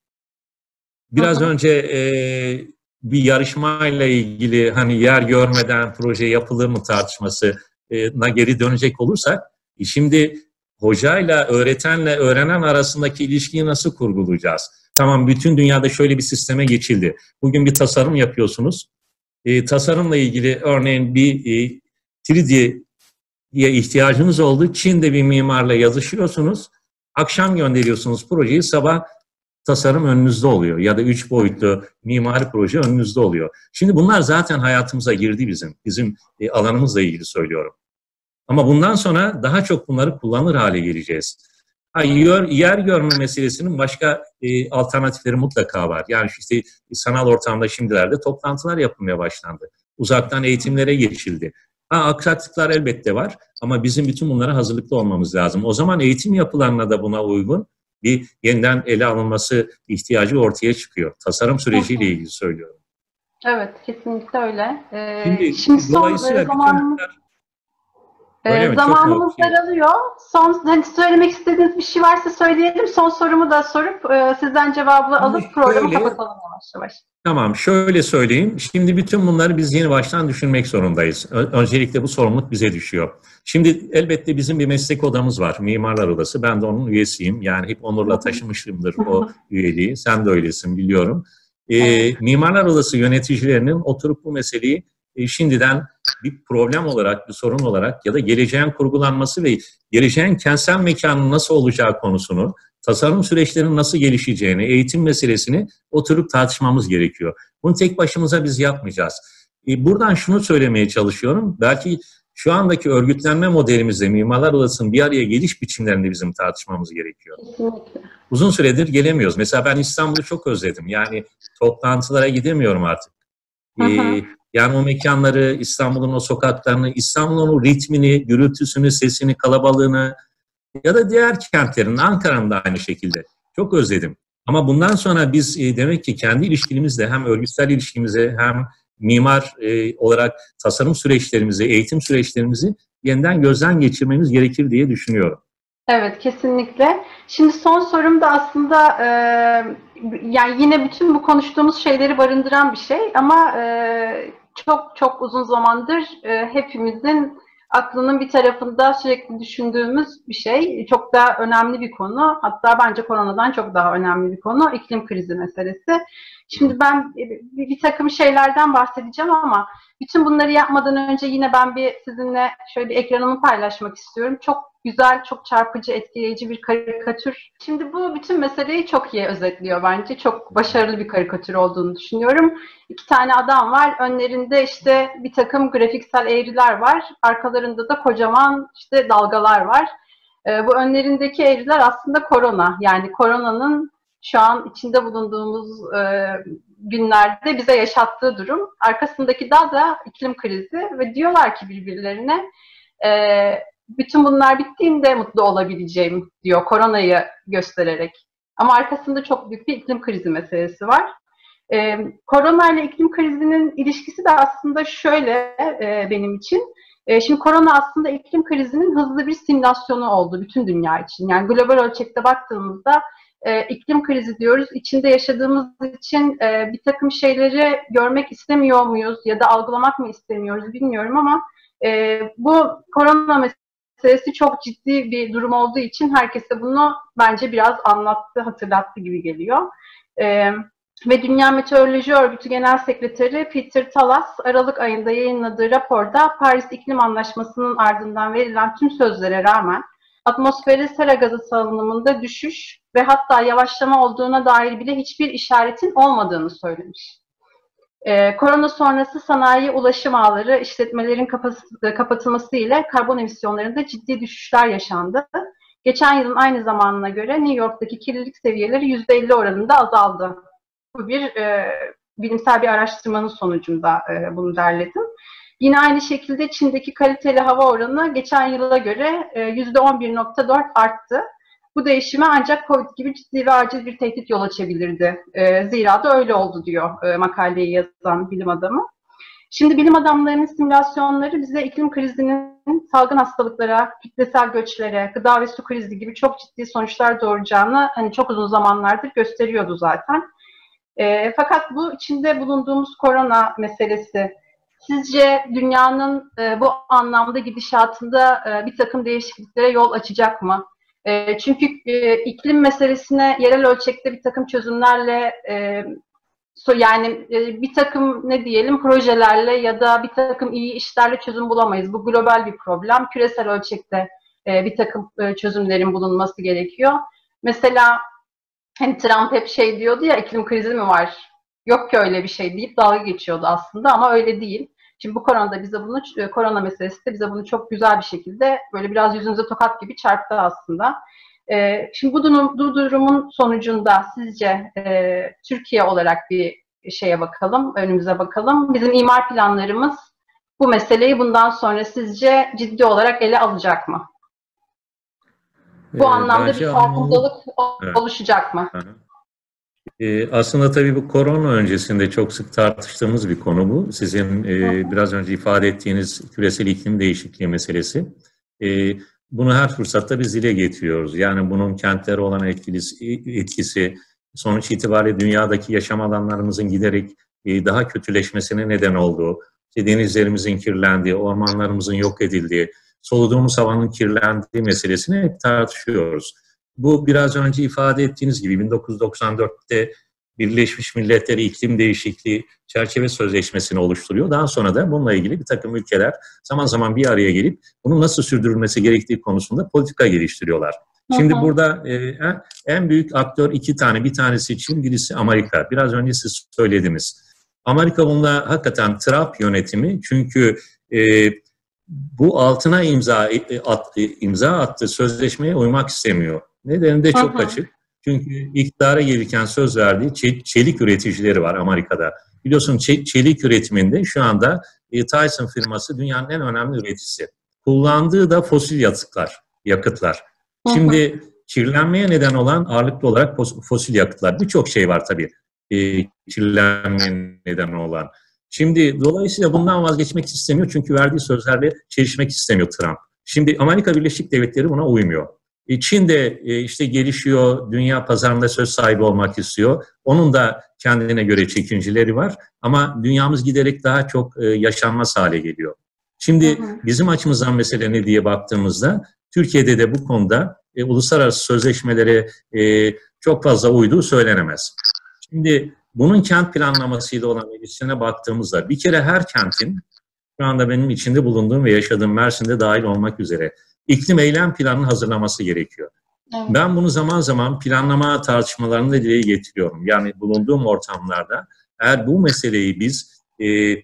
Biraz Aha. önce e, bir yarışmayla ilgili hani yer görmeden proje yapılır mı tartışmasına geri dönecek olursak, şimdi hocayla, öğretenle öğrenen arasındaki ilişkiyi nasıl kurgulayacağız? Tamam, bütün dünyada şöyle bir sisteme geçildi. Bugün bir tasarım yapıyorsunuz. E, tasarımla ilgili örneğin bir e, üç D'ye ihtiyacınız oldu. Çin'de bir mimarla yazışıyorsunuz. Akşam gönderiyorsunuz projeyi, sabah tasarım önünüzde oluyor. Ya da üç boyutlu mimari proje önünüzde oluyor. Şimdi bunlar zaten hayatımıza girdi bizim. Bizim e, alanımızla ilgili söylüyorum. Ama bundan sonra daha çok bunları kullanır hale geleceğiz. Ha, yer, yer görme meselesinin başka e, alternatifleri mutlaka var. Yani işte sanal ortamda şimdilerde toplantılar yapılmaya başlandı. Uzaktan eğitimlere geçildi. Ha, aksaklıklar elbette var ama bizim bütün bunlara hazırlıklı olmamız lazım. O zaman eğitim yapılarına da buna uygun bir yeniden ele alınması ihtiyacı ortaya çıkıyor. Tasarım süreciyle ilgili söylüyorum. Evet, kesinlikle öyle. Ee, şimdi, şimdi son dolayısıyla zamanımız, Öyle e, zamanımız daralıyor. Son, hani söylemek istediğiniz bir şey varsa söyleyelim. Son sorumu da sorup e, sizden cevabı alıp Şimdi programı şöyle, kapatalım yavaş yavaş. Tamam, şöyle söyleyeyim. Şimdi bütün bunları biz yeni baştan düşünmek zorundayız. Öncelikle bu sorumluluk bize düşüyor. Şimdi elbette bizim bir meslek odamız var, Mimarlar Odası. Ben de onun üyesiyim. Yani hep onurla taşımışımdır o üyeliği. Sen de öylesin, biliyorum. Ee, Mimarlar Odası yöneticilerinin oturup bu meseleyi e, şimdiden bir problem olarak, bir sorun olarak ya da geleceğin kurgulanması ve geleceğin kentsel mekanın nasıl olacağı konusunu, tasarım süreçlerinin nasıl gelişeceğini, eğitim meselesini oturup tartışmamız gerekiyor. Bunu tek başımıza biz yapmayacağız. E, buradan şunu söylemeye çalışıyorum. Belki şu andaki örgütlenme modelimizde Mimarlar Odası'nın bir araya geliş biçimlerinde bizim tartışmamız gerekiyor. Kesinlikle. Uzun süredir gelemiyoruz. Mesela ben İstanbul'u çok özledim. Yani toplantılara gidemiyorum artık. Hı hı. E, yani o mekanları, İstanbul'un o sokaklarını, İstanbul'un o ritmini, gürültüsünü, sesini, kalabalığını ya da diğer kentlerin, Ankara'nın da aynı şekilde çok özledim. Ama bundan sonra biz e, demek ki kendi ilişkimizde hem örgütsel ilişkimize hem mimar e, olarak tasarım süreçlerimizi, eğitim süreçlerimizi yeniden gözden geçirmemiz gerekir diye düşünüyorum. Evet, kesinlikle. Şimdi son sorum da aslında e, yani yine bütün bu konuştuğumuz şeyleri barındıran bir şey ama e, çok çok uzun zamandır e, hepimizin aklının bir tarafında sürekli düşündüğümüz bir şey. Çok da önemli bir konu. Hatta bence koronadan çok daha önemli bir konu. İklim krizi meselesi. Şimdi ben bir, bir takım şeylerden bahsedeceğim ama bütün bunları yapmadan önce yine ben bir sizinle şöyle bir ekranımı paylaşmak istiyorum. Çok güzel, çok çarpıcı, etkileyici bir karikatür. Şimdi bu bütün meseleyi çok iyi özetliyor bence. Çok başarılı bir karikatür olduğunu düşünüyorum. İki tane adam var. Önlerinde işte bir takım grafiksel eğriler var. Arkalarında da kocaman işte dalgalar var. Ee, bu önlerindeki eğriler aslında korona. Yani koronanın şu an içinde bulunduğumuz e, günlerde bize yaşattığı durum. Arkasındaki dal da iklim krizi ve diyorlar ki birbirlerine e, bütün bunlar bittiğinde mutlu olabileceğim diyor koronayı göstererek. Ama arkasında çok büyük bir iklim krizi meselesi var. E, korona ile iklim krizinin ilişkisi de aslında şöyle e, benim için. E, şimdi korona aslında iklim krizinin hızlı bir simülasyonu oldu bütün dünya için. Yani global ölçekte baktığımızda e, iklim krizi diyoruz. İçinde yaşadığımız için e, bir takım şeyleri görmek istemiyor muyuz ya da algılamak mı istemiyoruz bilmiyorum ama e, bu korona meselesi çok ciddi bir durum olduğu için herkese bunu bence biraz anlattı, hatırlattı gibi geliyor. E, ve Dünya Meteoroloji Örgütü Genel Sekreteri Peter Talas, Aralık ayında yayınladığı raporda Paris İklim Anlaşması'nın ardından verilen tüm sözlere rağmen atmosfere sera gazı salınımında düşüş ve hatta yavaşlama olduğuna dair bile hiçbir işaretin olmadığını söylemiş. Ee, korona sonrası sanayi ulaşım ağları, işletmelerin kapatılması ile karbon emisyonlarında ciddi düşüşler yaşandı. Geçen yılın aynı zamanına göre New York'taki kirlilik seviyeleri yüzde elli oranında azaldı. Bu bir e, bilimsel bir araştırmanın sonucunda e, bunu derledim. Yine aynı şekilde Çin'deki kaliteli hava oranı geçen yıla göre yüzde on bir nokta dört arttı. Bu değişime ancak Covid gibi ciddi ve acil bir tehdit yol açabilirdi. E, zira da öyle oldu diyor e, makaleyi yazan bilim adamı. Şimdi bilim adamlarının simülasyonları bize iklim krizinin salgın hastalıklara, kitlesel göçlere, gıda ve su krizi gibi çok ciddi sonuçlar doğuracağını hani çok uzun zamanlardır gösteriyordu zaten. E, fakat bu içinde bulunduğumuz korona meselesi, sizce dünyanın e, bu anlamda gidişatında e, bir takım değişikliklere yol açacak mı? E, çünkü e, iklim meselesine yerel ölçekte bir takım çözümlerle, e, so, yani e, bir takım ne diyelim projelerle ya da bir takım iyi işlerle çözüm bulamayız. Bu global bir problem. Küresel ölçekte e, bir takım e, çözümlerin bulunması gerekiyor. Mesela hani Trump hep şey diyordu ya, iklim krizi mi var? Yok ki öyle bir şey deyip dalga geçiyordu aslında ama öyle değil. Şimdi bu korona da bize bunu, korona meselesi de bize bunu çok güzel bir şekilde böyle biraz yüzünüze tokat gibi çarptı aslında. Ee, şimdi bu, durum, bu durumun sonucunda sizce e, Türkiye olarak bir şeye bakalım, önümüze bakalım. Bizim imar planlarımız bu meseleyi bundan sonra sizce ciddi olarak ele alacak mı? Bu ee, anlamda bir farkındalık evet. oluşacak mı? Hı-hı. Ee, aslında tabii bu korona öncesinde çok sık tartıştığımız bir konu bu. Sizin e, biraz önce ifade ettiğiniz küresel iklim değişikliği meselesi. E, bunu her fırsatta biz dile getiriyoruz. Yani bunun kentlere olan etkisi, etkisi sonuç itibariyle dünyadaki yaşam alanlarımızın giderek e, daha kötüleşmesine neden olduğu, işte denizlerimizin kirlendiği, ormanlarımızın yok edildiği, soluduğumuz havanın kirlendiği meselesini hep tartışıyoruz. Bu biraz önce ifade ettiğiniz gibi bin dokuz yüz doksan dörtte Birleşmiş Milletler İklim Değişikliği Çerçeve Sözleşmesi'ni oluşturuyor. Daha sonra da bununla ilgili bir takım ülkeler zaman zaman bir araya gelip bunun nasıl sürdürülmesi gerektiği konusunda politika geliştiriyorlar. Şimdi burada e, en büyük aktör iki tane. Bir tanesi Çin, birisi Amerika. Biraz önce siz söylediniz. Amerika bununla hakikaten Trump yönetimi, çünkü e, bu altına imza, at, imza attığı sözleşmeye uymak istemiyor. Nedeni de çok Aha. açık. Çünkü iktidara gelirken söz verdiği çelik üreticileri var Amerika'da. Biliyorsun çelik üretiminde şu anda Tyson firması dünyanın en önemli üreticisi. Kullandığı da fosil yakıtlar. yakıtlar. Aha. Şimdi kirlenmeye neden olan ağırlıklı olarak fosil yakıtlar. Birçok şey var tabii kirlenmeye neden olan. Şimdi dolayısıyla bundan vazgeçmek istemiyor çünkü verdiği sözlerle çelişmek istemiyor Trump. Şimdi Amerika Birleşik Devletleri buna uymuyor. Çin de işte gelişiyor, dünya pazarında söz sahibi olmak istiyor. Onun da kendine göre çekinceleri var ama dünyamız giderek daha çok yaşanmaz hale geliyor. Şimdi hı hı. bizim açımızdan mesele ne diye baktığımızda Türkiye'de de bu konuda e, uluslararası sözleşmelere e, çok fazla uyduğu söylenemez. Şimdi bunun kent planlamasıyla olan ilişkisine baktığımızda bir kere her kentin şu anda benim içinde bulunduğum ve yaşadığım Mersin'de dahil olmak üzere iklim eylem planını hazırlaması gerekiyor. Evet. Ben bunu zaman zaman planlama tartışmalarında dile getiriyorum. Yani bulunduğum ortamlarda eğer bu meseleyi biz e,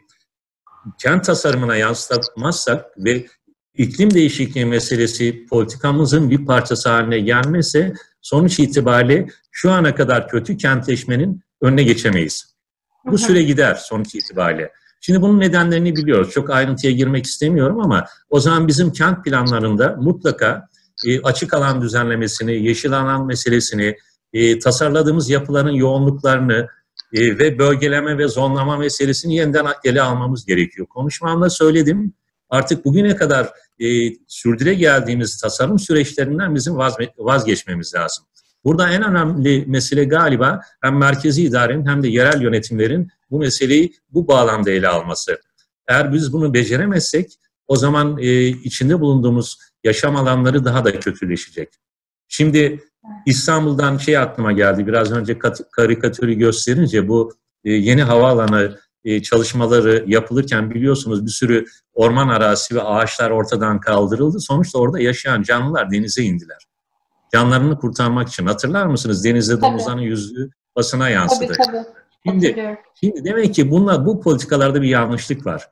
kent tasarımına yansıtmazsak ve iklim değişikliği meselesi politikamızın bir parçası haline gelmezse sonuç itibariyle şu ana kadar kötü kentleşmenin önüne geçemeyiz. Bu süre gider sonuç itibariyle. Şimdi bunun nedenlerini biliyoruz. Çok ayrıntıya girmek istemiyorum ama o zaman bizim kent planlarında mutlaka e, açık alan düzenlemesini, yeşil alan meselesini, e, tasarladığımız yapıların yoğunluklarını e, ve bölgeleme ve zonlama meselesini yeniden ele almamız gerekiyor. Konuşmamda söyledim. Artık bugüne kadar e, sürdüre geldiğimiz tasarım süreçlerinden bizim vazge- vazgeçmemiz lazım. Burada en önemli mesele galiba hem merkezi idarenin hem de yerel yönetimlerin bu meseleyi bu bağlamda ele alması. Eğer biz bunu beceremezsek o zaman e, içinde bulunduğumuz yaşam alanları daha da kötüleşecek. Şimdi İstanbul'dan şey aklıma geldi, biraz önce karikatürü gösterince bu e, yeni havaalanı e, çalışmaları yapılırken biliyorsunuz bir sürü orman arazisi ve ağaçlar ortadan kaldırıldı. Sonuçta orada yaşayan canlılar denize indiler. Canlarını kurtarmak için. Hatırlar mısınız? Denizde domuzların yüzüğü basına yansıdı. Tabii, tabii. Şimdi, şimdi demek ki bunlar, bu politikalarda bir yanlışlık var.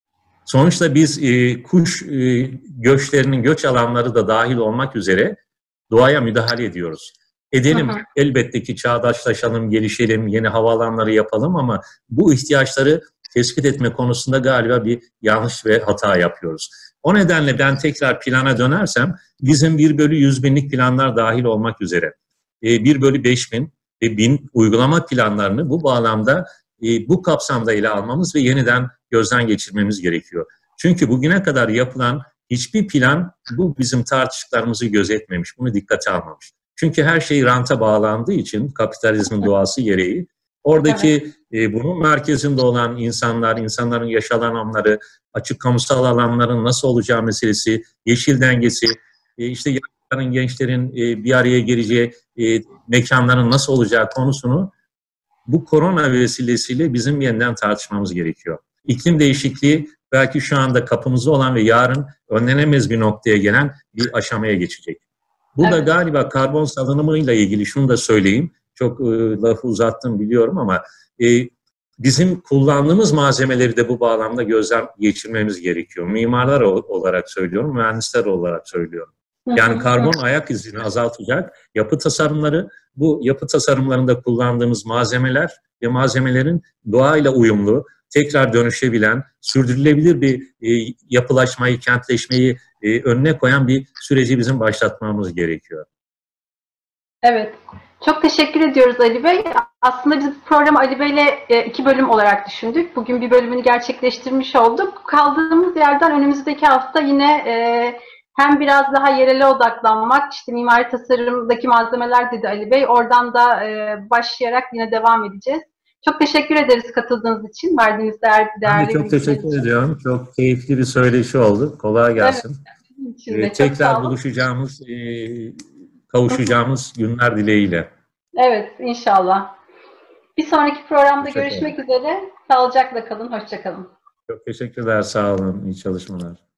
Sonuçta biz e, kuş e, göçlerinin göç alanları da dahil olmak üzere doğaya müdahale ediyoruz. Edelim, hı hı. Elbette ki çağdaşlaşalım, gelişelim, yeni havaalanları yapalım ama bu ihtiyaçları tespit etme konusunda galiba bir yanlış ve hata yapıyoruz. O nedenle ben tekrar plana dönersem bizim bir bölü yüz binlik planlar dahil olmak üzere bir bölü beş bin ve bin uygulama planlarını bu bağlamda bu kapsamda ele almamız ve yeniden gözden geçirmemiz gerekiyor. Çünkü bugüne kadar yapılan hiçbir plan bu bizim tartışmalarımızı gözetmemiş, bunu dikkate almamış. Çünkü her şey ranta bağlandığı için kapitalizmin doğası gereği oradaki evet. e, bunun merkezinde olan insanlar, insanların yaşam alanları, açık kamusal alanların nasıl olacağı meselesi, yeşil dengesi, e, işte yaşlıların, gençlerin e, bir araya geleceği e, mekanların nasıl olacağı konusunu bu korona vesilesiyle bizim yeniden tartışmamız gerekiyor. İklim değişikliği belki şu anda kapımızda olan ve yarın önlenemez bir noktaya gelen bir aşamaya geçecek. Burada evet. galiba karbon salınımıyla ilgili şunu da söyleyeyim. Çok e, lafı uzattım biliyorum ama e, bizim kullandığımız malzemeleri de bu bağlamda gözden geçirmemiz gerekiyor. Mimarlar olarak söylüyorum, mühendisler olarak söylüyorum. Yani karbon ayak izini azaltacak yapı tasarımları, bu yapı tasarımlarında kullandığımız malzemeler ve malzemelerin doğayla uyumlu, tekrar dönüşebilen, sürdürülebilir bir e, yapılaşmayı, kentleşmeyi e, önüne koyan bir süreci bizim başlatmamız gerekiyor. Evet. Çok teşekkür ediyoruz Ali Bey. Aslında biz programı Ali Bey'le iki bölüm olarak düşündük. Bugün bir bölümünü gerçekleştirmiş olduk. Kaldığımız yerden önümüzdeki hafta yine e, hem biraz daha yerele odaklanmak, işte mimari tasarımdaki malzemeler dedi Ali Bey. Oradan da e, başlayarak yine devam edeceğiz. Çok teşekkür ederiz katıldığınız için, verdiğiniz değerli değerli. Ben çok teşekkür için. ediyorum. Çok keyifli bir söyleşi oldu. Kolay gelsin. Evet. Ee, tekrar buluşacağımız, e, kavuşacağımız günler dileğiyle. Evet, inşallah. Bir sonraki programda görüşmek üzere. Sağlıcakla kalın, hoşça kalın. Çok teşekkürler, sağ olun. İyi çalışmalar.